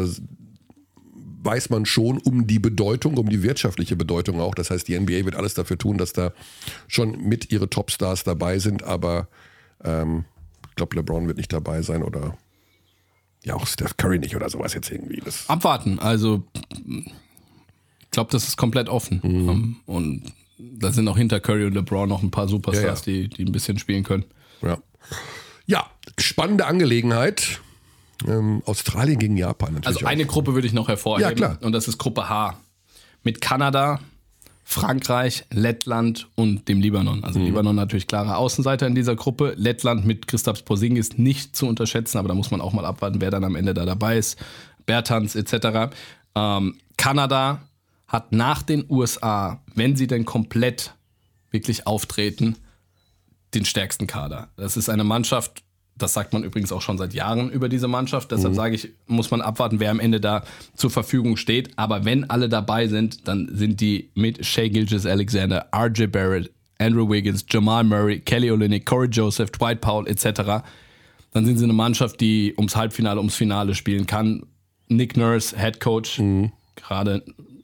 weiß man schon um die Bedeutung, um die wirtschaftliche Bedeutung auch. Das heißt, die N B A wird alles dafür tun, dass da schon mit ihre Topstars dabei sind. Aber ähm, ich glaube, LeBron wird nicht dabei sein oder ja auch Steph Curry nicht oder sowas jetzt irgendwie. Das Abwarten. Also ich glaube, das ist komplett offen. Mhm. Und da sind auch hinter Curry und LeBron noch ein paar Superstars, ja, ja. Die, die ein bisschen spielen können. Ja, ja, spannende Angelegenheit. Ähm, Australien gegen Japan natürlich. Also eine auch. Gruppe würde ich noch hervorheben. Ja, klar. Und das ist Gruppe H. Mit Kanada, Frankreich, Lettland und dem Libanon. Also mhm. Libanon natürlich klarer Außenseiter in dieser Gruppe. Lettland mit Kristaps Porzingis nicht zu unterschätzen, aber da muss man auch mal abwarten, wer dann am Ende da dabei ist. Bertans et cetera. Ähm, Kanada hat nach den U S A, wenn sie denn komplett wirklich auftreten, den stärksten Kader. Das ist eine Mannschaft, das sagt man übrigens auch schon seit Jahren über diese Mannschaft, deshalb mhm. sage ich, muss man abwarten, wer am Ende da zur Verfügung steht. Aber wenn alle dabei sind, dann sind die mit Shai Gilgeous-Alexander, R J Barrett, Andrew Wiggins, Jamal Murray, Kelly Olynyk, Corey Joseph, Dwight Powell et cetera. Dann sind sie eine Mannschaft, die ums Halbfinale, ums Finale spielen kann. Nick Nurse, Head Coach, mhm. gerade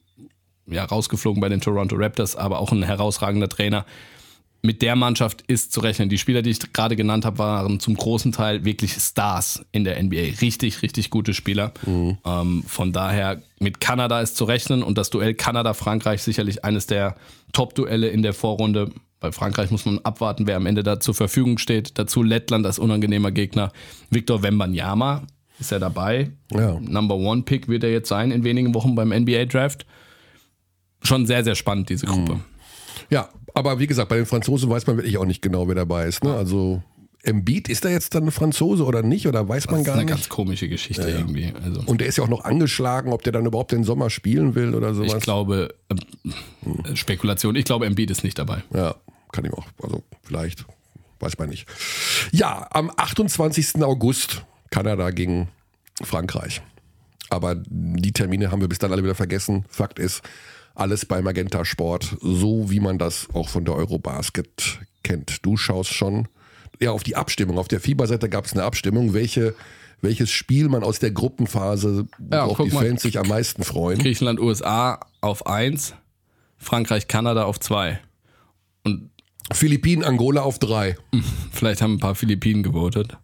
ja, rausgeflogen bei den Toronto Raptors, aber auch ein herausragender Trainer. Mit der Mannschaft ist zu rechnen. Die Spieler, die ich gerade genannt habe, waren zum großen Teil wirklich Stars in der N B A. Richtig, richtig gute Spieler. Mhm. Ähm, von daher, mit Kanada ist zu rechnen und das Duell Kanada-Frankreich sicherlich eines der Top-Duelle in der Vorrunde. Bei Frankreich muss man abwarten, wer am Ende da zur Verfügung steht. Dazu Lettland als unangenehmer Gegner. Victor Wembanyama ist ja dabei. Ja. Number One Pick wird er jetzt sein in wenigen Wochen beim N B A-Draft. Schon sehr, sehr spannend, diese Gruppe. Ja, aber wie gesagt, bei den Franzosen weiß man wirklich auch nicht genau, wer dabei ist. Ne? Also Embiid, ist da jetzt dann ein Franzose oder nicht? Oder weiß man gar nicht? Das ist eine ganz komische Geschichte ja, irgendwie. Also. Und der ist ja auch noch angeschlagen, ob der dann überhaupt den Sommer spielen will oder sowas. Ich glaube, äh, hm. Spekulation, ich glaube, Embiid ist nicht dabei. Ja, kann ich auch. Also vielleicht, weiß man nicht. Ja, am achtundzwanzigsten August Kanada gegen Frankreich. Aber die Termine haben wir bis dann alle wieder vergessen. Fakt ist, alles bei Magenta Sport, so wie man das auch von der Eurobasket kennt. Du schaust schon ja, auf die Abstimmung. Auf der FIBA-Seite gab es eine Abstimmung, welche, welches Spiel man aus der Gruppenphase, ja, worauf die mal. Fans sich am meisten freuen. Griechenland, U S A auf eins, Frankreich, Kanada auf zwei. Und Philippinen, Angola auf drei. Vielleicht haben ein paar Philippinen gewotet.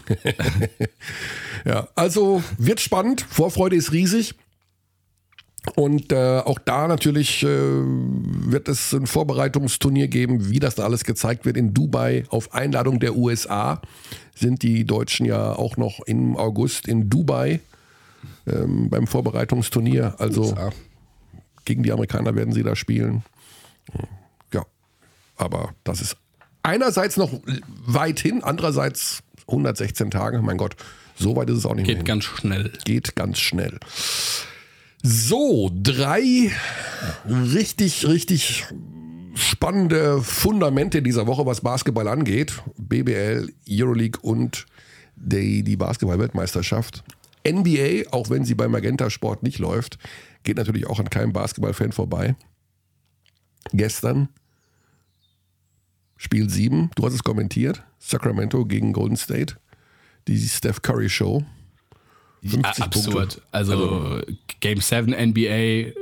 Ja, also wird spannend. Vorfreude ist riesig. Und äh, auch da natürlich äh, wird es ein Vorbereitungsturnier geben, wie das da alles gezeigt wird in Dubai. Auf Einladung der U S A sind die Deutschen ja auch noch im August in Dubai ähm, beim Vorbereitungsturnier. Also U S A. Gegen die Amerikaner werden sie da spielen. Ja, aber das ist einerseits noch weit hin, andererseits hundertsechzehn Tage. Mein Gott, so weit ist es auch nicht mehr. Geht ganz schnell. Geht ganz schnell. So, drei richtig, richtig spannende Fundamente dieser Woche, was Basketball angeht. B B L, Euroleague und die, die Basketball-Weltmeisterschaft. N B A, auch wenn sie bei Magenta Sport nicht läuft, geht natürlich auch an keinem Basketball-Fan vorbei. Gestern Spiel sieben, du hast es kommentiert, Sacramento gegen Golden State, die Steph Curry Show. Ja, absurd. Also, also Game sieben N B A,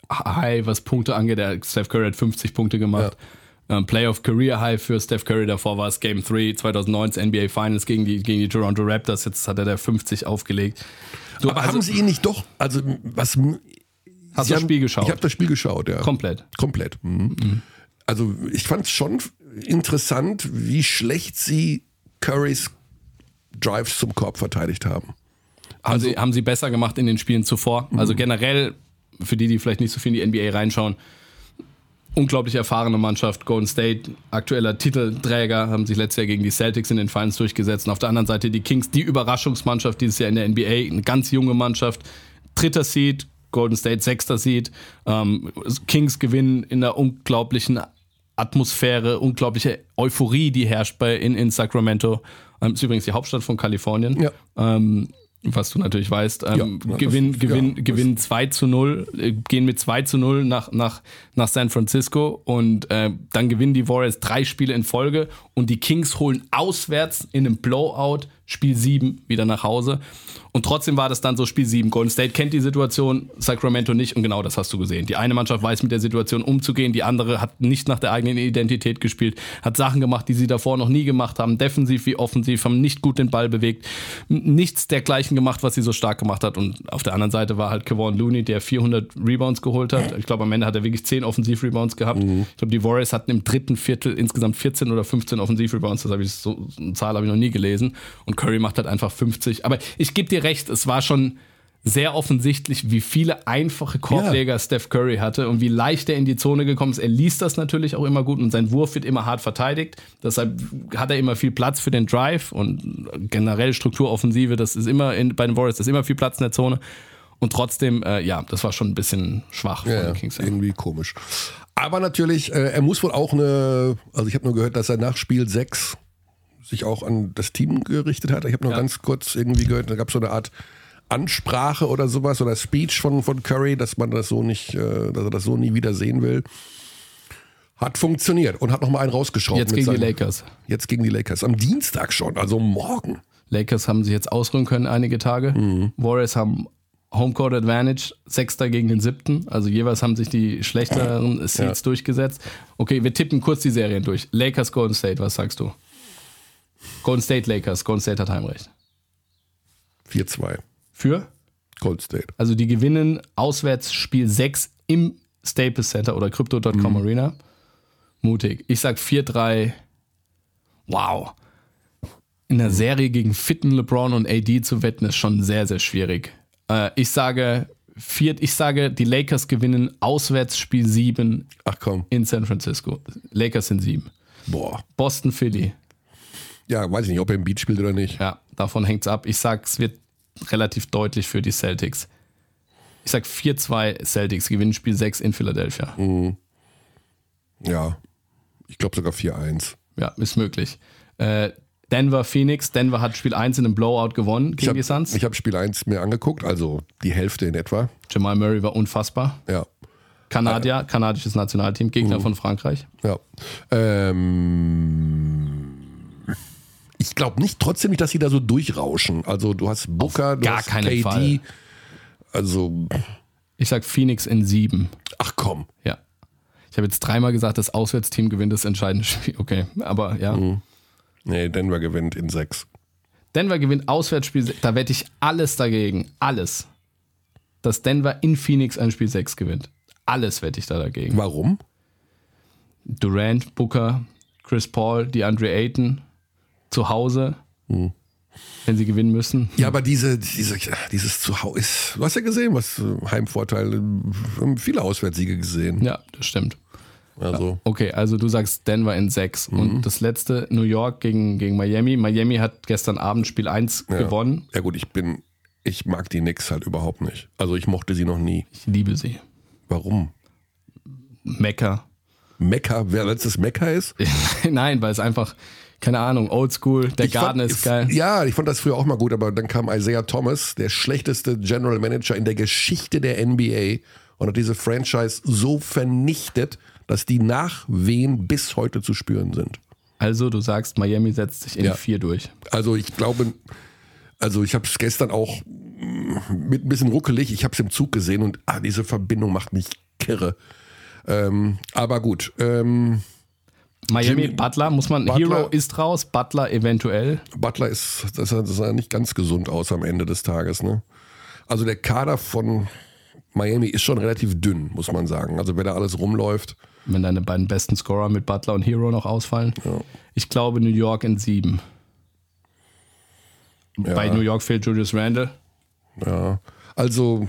High, was Punkte angeht. Der Steph Curry hat fünfzig Punkte gemacht. Ja. Ähm, Playoff Career High für Steph Curry. Davor war es Game drei zwanzig neunzehn N B A Finals gegen die, gegen die Toronto Raptors. Jetzt hat er da fünfzig aufgelegt. So, aber also, haben sie ihn nicht doch, also was... Hast du das Spiel geschaut? Ich habe das Spiel geschaut, ja. Komplett? Komplett. Mhm. Mhm. Also ich fand es schon interessant, wie schlecht sie Currys Drives zum Korb verteidigt haben. Haben, Also, sie, haben sie besser gemacht in den Spielen zuvor. Also generell, für die, die vielleicht nicht so viel in die N B A reinschauen, unglaublich erfahrene Mannschaft. Golden State, aktueller Titelträger, haben sich letztes Jahr gegen die Celtics in den Finals durchgesetzt. Und auf der anderen Seite die Kings, die Überraschungsmannschaft dieses Jahr in der N B A. Eine ganz junge Mannschaft. Dritter Seed, Golden State sechster Seed. Ähm, Kings gewinnen in einer unglaublichen Atmosphäre, unglaubliche Euphorie, die herrscht bei in, in Sacramento. Ähm, ist übrigens die Hauptstadt von Kalifornien. Ja. Ähm, was du natürlich weißt, ähm, ja, gewinnen das, gewinn, ja, gewinn zwei zu null, äh, gehen mit zwei zu null nach, nach, nach San Francisco und äh, dann gewinnen die Warriors drei Spiele in Folge und die Kings holen auswärts in einem Blowout Spiel sieben wieder nach Hause. Und trotzdem war das dann so Spiel sieben. Golden State kennt die Situation, Sacramento nicht und genau das hast du gesehen. Die eine Mannschaft weiß mit der Situation umzugehen, die andere hat nicht nach der eigenen Identität gespielt, hat Sachen gemacht, die sie davor noch nie gemacht haben, defensiv wie offensiv, haben nicht gut den Ball bewegt, nichts dergleichen gemacht, was sie so stark gemacht hat. Und auf der anderen Seite war halt Kevon Looney, der vierhundert Rebounds geholt hat. Ich glaube, am Ende hat er wirklich zehn Offensiv-Rebounds gehabt. Mhm. Ich glaube, die Warriors hatten im dritten Viertel insgesamt vierzehn oder fünfzehn Offensiv-Rebounds. Das habe ich so, eine Zahl habe ich noch nie gelesen. Und Curry macht halt einfach fünfzig. Aber ich gebe dir recht, es war schon sehr offensichtlich, wie viele einfache Korbleger ja. Steph Curry hatte und wie leicht er in die Zone gekommen ist. Er liest das natürlich auch immer gut und sein Wurf wird immer hart verteidigt. Deshalb hat er immer viel Platz für den Drive und generell Strukturoffensive, das ist immer in, bei den Warriors, das ist immer viel Platz in der Zone. Und trotzdem, äh, ja, das war schon ein bisschen schwach ja, von den Kings. Irgendwie komisch. Aber natürlich, äh, er muss wohl auch eine, also ich habe nur gehört, dass er nach Spiel sechs sich auch an das Team gerichtet hat. Ich habe nur ja. ganz kurz irgendwie gehört, da gab es so eine Art Ansprache oder sowas oder Speech von, von Curry, dass man das so nicht, äh, dass er das so nie wieder sehen will. Hat funktioniert und hat nochmal einen rausgeschraubt. Jetzt gegen seinen, die Lakers. Jetzt gegen die Lakers. Am Dienstag schon, also morgen. Lakers haben sich jetzt ausruhen können einige Tage. Mhm. Warriors haben Homecourt Advantage, Sechster gegen den Siebten. Also jeweils haben sich die schlechteren Seeds ja. durchgesetzt. Okay, wir tippen kurz die Serien durch. Lakers, Golden State, was sagst du? Golden State, Lakers. Golden State hat Heimrecht. vier zwei. Für? Golden State. Also die gewinnen auswärts Spiel sechs im Staples Center oder Crypto Punkt com mhm. Arena. Mutig. Ich sag vier drei. Wow. In einer Serie gegen fitten LeBron und A D zu wetten, ist schon sehr, sehr schwierig. Äh, ich sage vier, ich sage, die Lakers gewinnen auswärts Spiel sieben Ach komm. in San Francisco. Lakers sind sieben. Boah. Boston, Philly. Ja, weiß ich nicht, ob er im Beat spielt oder nicht. Ja, davon hängt's ab. Ich sag, es wird relativ deutlich für die Celtics. Ich sag vier zwei Celtics, gewinnen Spiel sechs in Philadelphia. Mhm. Ja, ich glaube sogar vier eins. Ja, ist möglich. Äh, Denver, Phoenix. Denver hat Spiel eins in einem Blowout gewonnen gegen hab, die Suns. Ich habe Spiel eins mir angeguckt, also die Hälfte in etwa. Jamal Murray war unfassbar. Ja. Kanadier, äh, kanadisches Nationalteam, Gegner mhm. von Frankreich. Ja. Ähm... Ich glaube nicht, trotzdem nicht, dass sie da so durchrauschen. Also du hast Booker, du gar hast keinen K D. Fall. Also ich sag Phoenix in sieben. Ach komm. Ja. Ich habe jetzt dreimal gesagt, das Auswärtsteam gewinnt das entscheidende Spiel. Okay, aber ja. Mhm. Nee, Denver gewinnt in sechs. Denver gewinnt Auswärtsspiel, da wette ich alles dagegen. Alles. Dass Denver in Phoenix ein Spiel sechs gewinnt. Alles wette ich da dagegen. Warum? Durant, Booker, Chris Paul, DeAndre Ayton zu Hause, hm. wenn sie gewinnen müssen. Ja, aber diese, diese, dieses Zuhause ist, du hast ja gesehen, was Heimvorteile, wir haben viele Auswärtssiege gesehen. Ja, das stimmt. Also. Okay, also du sagst Denver in sechs. Mhm. Und das letzte, New York gegen, gegen Miami. Miami hat gestern Abend Spiel eins ja. gewonnen. Ja gut, ich bin, ich mag die Knicks halt überhaupt nicht. Also ich mochte sie noch nie. Ich liebe sie. Warum? Mekka. Mekka? Wer letztes Mekka ist? Nein, weil es einfach... Keine Ahnung, Oldschool, der ich Garten fand, ist geil. Ja, ich fand das früher auch mal gut, aber dann kam Isaiah Thomas, der schlechteste General Manager in der Geschichte der N B A und hat diese Franchise so vernichtet, dass die Nachwehen bis heute zu spüren sind. Also du sagst, Miami setzt sich in ja. vier durch. Also ich glaube, also ich habe es gestern auch mit ein bisschen ruckelig, ich habe es im Zug gesehen und ah, diese Verbindung macht mich kirre. Ähm, aber gut. Ähm, Miami, Jimmy, Butler, muss man, Butler, Hero ist raus, Butler eventuell. Butler ist, das sah, das sah nicht ganz gesund aus am Ende des Tages. Ne? Also der Kader von Miami ist schon relativ dünn, muss man sagen. Also wer da alles rumläuft. Wenn deine beiden besten Scorer mit Butler und Hero noch ausfallen. Ja. Ich glaube New York in sieben. Ja. Bei New York fehlt Julius Randle. Ja, also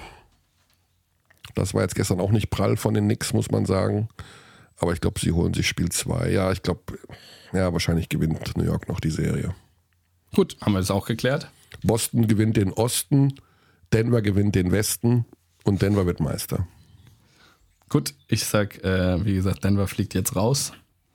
das war jetzt gestern auch nicht prall von den Knicks, muss man sagen. Aber ich glaube, sie holen sich Spiel zwei. Ja, ich glaube, ja, wahrscheinlich gewinnt New York noch die Serie. Gut, haben wir das auch geklärt. Boston gewinnt den Osten, Denver gewinnt den Westen und Denver wird Meister. Gut, ich sag, äh, wie gesagt, Denver fliegt jetzt raus.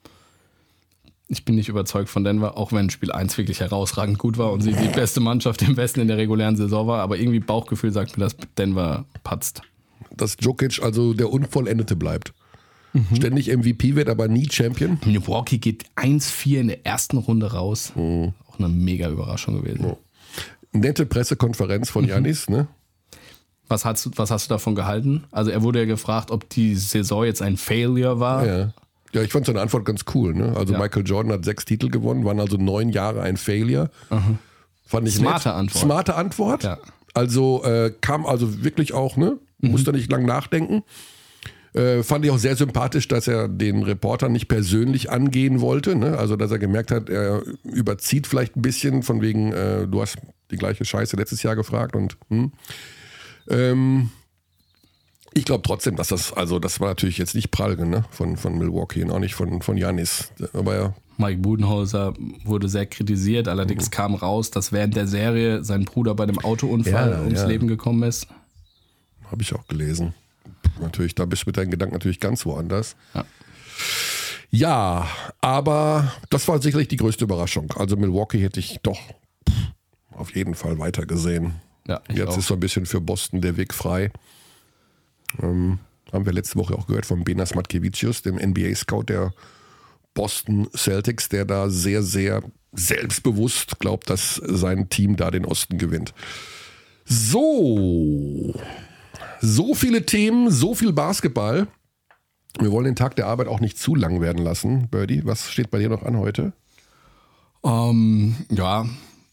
Ich bin nicht überzeugt von Denver, auch wenn Spiel eins wirklich herausragend gut war und sie die beste Mannschaft im Westen in der regulären Saison war. Aber irgendwie Bauchgefühl sagt mir, dass Denver patzt. Dass Jokic also der Unvollendete bleibt. Mhm. Ständig M V P wird, aber nie Champion. Milwaukee geht eins vier in der ersten Runde raus. Mhm. Auch eine mega Überraschung gewesen. Ja. Nette Pressekonferenz von Giannis, ne? Was hast, du, was hast du davon gehalten? Also er wurde ja gefragt, ob die Saison jetzt ein Failure war. Ja, ja ich fand seine Antwort ganz cool. Ne? Also ja. Michael Jordan hat sechs Titel gewonnen, waren also neun Jahre ein Failure. Mhm. Fand ich Smarte nett. Antwort. Smarte Antwort. Ja. Also äh, kam also wirklich auch, ne? Mhm. Musste nicht lang nachdenken. Äh, fand ich auch sehr sympathisch, dass er den Reporter nicht persönlich angehen wollte. Ne? Also dass er gemerkt hat, er überzieht vielleicht ein bisschen von wegen, äh, du hast die gleiche Scheiße letztes Jahr gefragt und hm. Ähm, ich glaube trotzdem, dass das, also das war natürlich jetzt nicht prall, ne? von, von Milwaukee und auch nicht von, von Giannis. Aber ja. Mike Budenholzer wurde sehr kritisiert, allerdings mhm. kam raus, dass während der Serie sein Bruder bei dem Autounfall ja, ums ja. Leben gekommen ist. Habe ich auch gelesen. Natürlich, da bist du mit deinen Gedanken natürlich ganz woanders. Ja. ja, aber das war sicherlich die größte Überraschung. Also Milwaukee hätte ich doch auf jeden Fall weiter gesehen. Ja, Jetzt auch. Ist so ein bisschen für Boston der Weg frei. Ähm, haben wir letzte Woche auch gehört von Benas Matkevicius, dem N B A-Scout der Boston Celtics, der da sehr, sehr selbstbewusst glaubt, dass sein Team da den Osten gewinnt. So, so viele Themen, so viel Basketball. Wir wollen den Tag der Arbeit auch nicht zu lang werden lassen. Birdie, was steht bei dir noch an heute? Um, ja,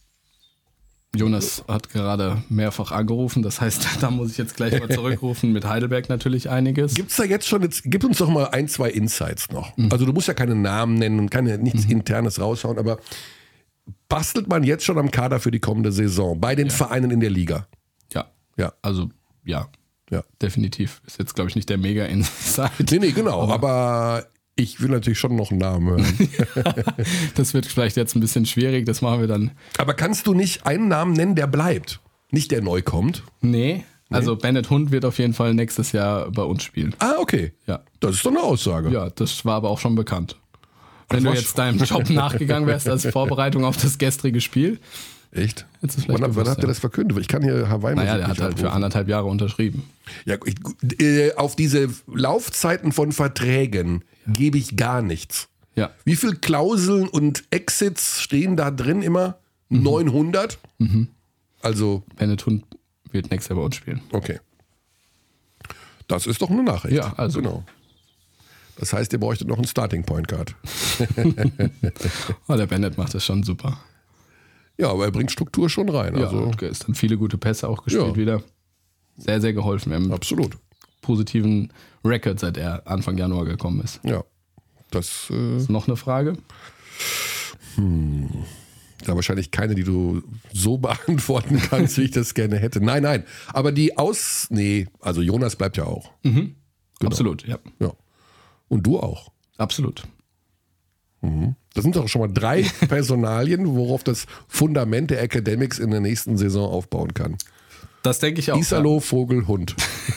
Jonas hat gerade mehrfach angerufen, das heißt, da muss ich jetzt gleich mal zurückrufen. Mit Heidelberg natürlich einiges. Gibt's da jetzt schon, jetzt, gib uns doch mal ein, zwei Insights noch. Mhm. Also du musst ja keine Namen nennen und keine, nichts mhm. Internes raushauen, aber bastelt man jetzt schon am Kader für die kommende Saison bei den ja. Vereinen in der Liga? Ja, ja. also ja, ja. definitiv. Ist jetzt, glaube ich, nicht der Mega-Insight. Nee, nee, genau, aber, aber ich will natürlich schon noch einen Namen hören. Das wird vielleicht jetzt ein bisschen schwierig, das machen wir dann. Aber kannst du nicht einen Namen nennen, der bleibt? Nicht der neu kommt? Nee, nee. Also Bennett Hund wird auf jeden Fall nächstes Jahr bei uns spielen. Ah, okay. Ja. Das ist doch eine Aussage. Ja, das war aber auch schon bekannt. Wenn Ach, du jetzt deinem Job nachgegangen wärst als Vorbereitung auf das gestrige Spiel. Echt? Jetzt ist wann gewusst, wann hat ja. er das verkündet? Ich kann hier Hawaii Naja, der hat halt für anderthalb Jahre unterschrieben. Ja, ich, äh, auf diese Laufzeiten von Verträgen ja. gebe ich gar nichts. Ja. Wie viele Klauseln und Exits stehen da drin immer? Mhm. neunhundert? Mhm. Also. Bennett Hund wird nächstes Jahr bei uns spielen. Okay. Das ist doch eine Nachricht. Ja, also. Genau. Das heißt, ihr bräuchtet noch einen Starting Point Guard. Oh, der Bennett macht das schon super. Ja, aber er bringt Struktur schon rein. Ja, also. ist dann viele gute Pässe auch gespielt ja. wieder. Sehr, sehr geholfen. Wir haben absolut. Positiven Rekord, seit er Anfang Januar gekommen ist. Ja. Das äh, ist noch eine Frage? Hm. Da wahrscheinlich keine, die du so beantworten kannst, wie ich das gerne hätte. Nein, nein. Aber die Aus... Nee, also Jonas bleibt ja auch. Mhm. Genau. Absolut, ja. ja. Und du auch. Absolut. Mhm. Das sind doch schon mal drei Personalien, worauf das Fundament der Academics in der nächsten Saison aufbauen kann. Das denke ich auch. Isalo, ja. Vogel, Hund.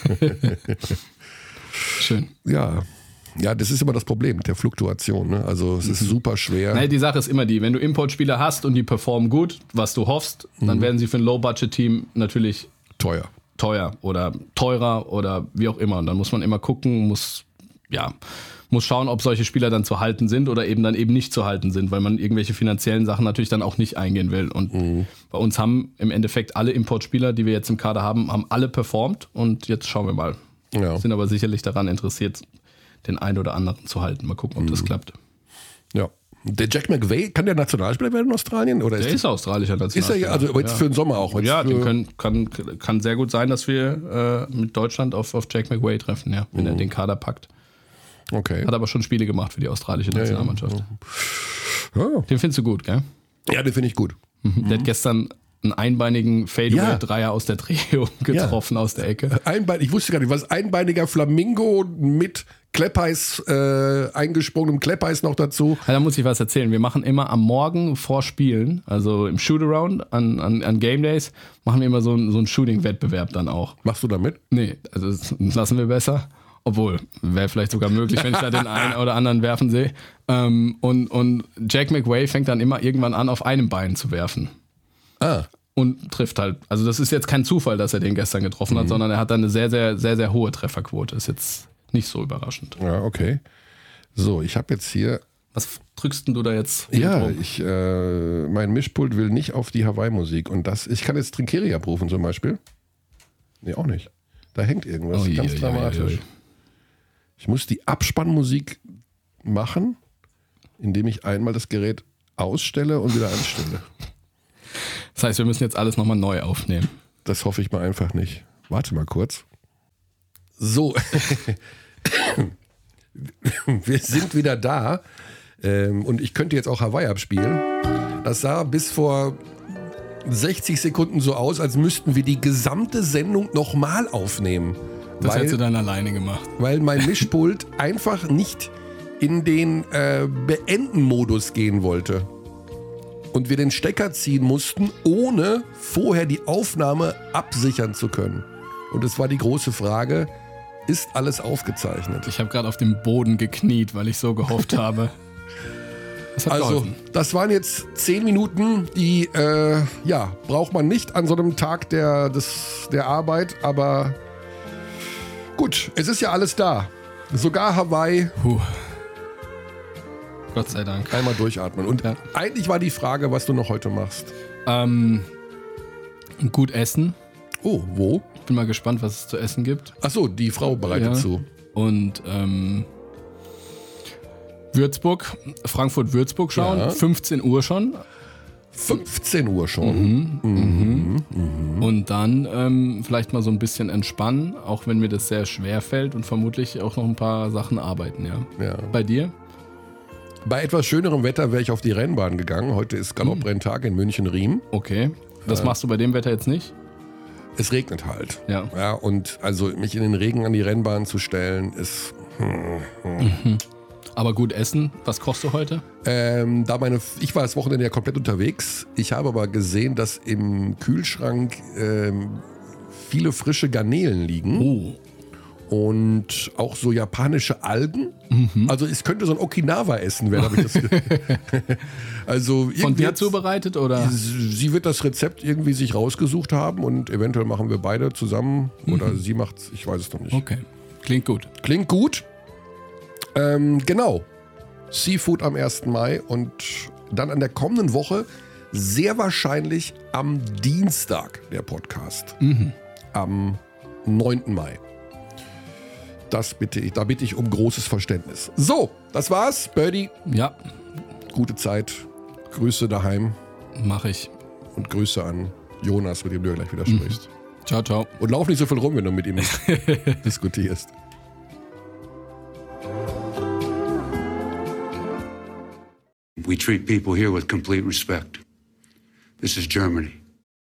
Schön. Ja. Ja, das ist immer das Problem mit der Fluktuation. Ne? Also es ist mhm. super schwer. Nein, die Sache ist immer die, wenn du Importspieler hast und die performen gut, was du hoffst, mhm. dann werden sie für ein Low-Budget-Team natürlich teuer. Teuer oder teurer oder wie auch immer. Und dann muss man immer gucken, muss, ja, muss schauen, ob solche Spieler dann zu halten sind oder eben dann eben nicht zu halten sind, weil man irgendwelche finanziellen Sachen natürlich dann auch nicht eingehen will. Und mhm. bei uns haben im Endeffekt alle Importspieler, die wir jetzt im Kader haben, haben alle performt und jetzt schauen wir mal, Ja. Sind aber sicherlich daran interessiert, den einen oder anderen zu halten. Mal gucken, ob mhm. das klappt. Ja. Der Jack McVay, kann der Nationalspieler werden in Australien? Oder der ist, ist australischer Nationalspieler. Ist er also jetzt ja. für den Sommer auch? Ja, für den können, kann, kann sehr gut sein, dass wir äh, mit Deutschland auf, auf Jack McVay treffen, ja, wenn mhm. er den Kader packt. Okay. Hat aber schon Spiele gemacht für die australische Nationalmannschaft. Ja, ja. Ja. Den findest du gut, gell? Ja, den finde ich gut. Mhm. Der hat gestern einen einbeinigen Fadeaway-Dreier aus der Drehung getroffen, ja. aus der Ecke. Einbein, ich wusste gar nicht, was einbeiniger Flamingo mit Kleppeis, äh, eingesprungenem Kleppeis noch dazu. Ja, da muss ich was erzählen. Wir machen immer am Morgen vor Spielen, also im Shootaround an, an, an Game Days, machen wir immer so, ein, so einen Shooting-Wettbewerb dann auch. Machst du da mit? Nee, also das lassen wir besser. Obwohl, wäre vielleicht sogar möglich, wenn ich da den einen oder anderen werfen sehe. Ähm, und, und Jack McVay fängt dann immer irgendwann an, auf einem Bein zu werfen. Ah. Und trifft halt. Also das ist jetzt kein Zufall, dass er den gestern getroffen mhm. hat, sondern er hat dann eine sehr, sehr, sehr, sehr hohe Trefferquote. Ist jetzt nicht so überraschend. Ja, okay. So, ich habe jetzt hier... Was drückst denn du da jetzt? Ja, ich, äh, mein Mischpult will nicht auf die Hawaii-Musik. Und das, ich kann jetzt Trinkeria abrufen zum Beispiel. Nee, auch nicht. Da hängt irgendwas. Oh, ganz je, dramatisch. je, je. Ich muss die Abspannmusik machen, indem ich einmal das Gerät ausstelle und wieder anstelle. Das heißt, wir müssen jetzt alles nochmal neu aufnehmen. Das hoffe ich mal einfach nicht. Warte mal kurz. So. Wir sind wieder da. Und ich könnte jetzt auch Hawaii abspielen. Das sah bis vor sechzig Sekunden so aus, als müssten wir die gesamte Sendung nochmal aufnehmen. Das weil, hättest du dann alleine gemacht. Weil mein Mischpult einfach nicht in den äh, Beenden-Modus gehen wollte. Und wir den Stecker ziehen mussten, ohne vorher die Aufnahme absichern zu können. Und es war die große Frage, ist alles aufgezeichnet? Ich habe gerade auf dem Boden gekniet, weil ich so gehofft habe. Das hat also, geholfen. Das waren jetzt zehn Minuten, die äh, ja, braucht man nicht an so einem Tag der, des, der Arbeit, aber gut, es ist ja alles da. Sogar Hawaii. Puh. Gott sei Dank. Einmal durchatmen. Und ja. Eigentlich war die Frage, was du noch heute machst. Ähm, gut essen. Oh, wo? Ich bin mal gespannt, was es zu essen gibt. Ach so, die Frau bereitet ja. zu. Und ähm, Würzburg, Frankfurt-Würzburg schauen. Ja. fünfzehn Uhr schon. fünfzehn Uhr schon. Mhm. Mhm. Mhm. Und dann ähm, vielleicht mal so ein bisschen entspannen, auch wenn mir das sehr schwer fällt und vermutlich auch noch ein paar Sachen arbeiten. Ja. Ja. Bei dir? Bei etwas schönerem Wetter wäre ich auf die Rennbahn gegangen. Heute ist Galopprrenntag in München-Riem. Okay. Das äh, machst du bei dem Wetter jetzt nicht? Es regnet halt. Ja. Ja. Und also mich in den Regen an die Rennbahn zu stellen, ist... Hm, hm. Mhm. Aber gut essen, was kochst du heute? Ähm, da meine, ich war das Wochenende ja komplett unterwegs. Ich habe aber gesehen, dass im Kühlschrank ähm, viele frische Garnelen liegen. Oh. Und auch so japanische Algen. Mhm. Also es könnte so ein Okinawa-Essen werden. Habe ich das also von dir zubereitet oder? Sie wird das Rezept irgendwie sich rausgesucht haben und eventuell machen wir beide zusammen. Mhm. Oder sie macht's, ich weiß es noch nicht. Okay, klingt gut. Klingt gut. Ähm, genau. Seafood am ersten Mai und dann an der kommenden Woche sehr wahrscheinlich am Dienstag der Podcast. Mhm. Am neunten Mai. Das bitte ich, da bitte ich um großes Verständnis. So, das war's. Birdie. Ja. Gute Zeit. Grüße daheim. Mach ich. Und Grüße an Jonas, mit dem du gleich wieder sprichst. Mhm. Ciao, ciao. Und lauf nicht so viel rum, wenn du mit ihm diskutierst. We treat people here with complete respect. This is Germany.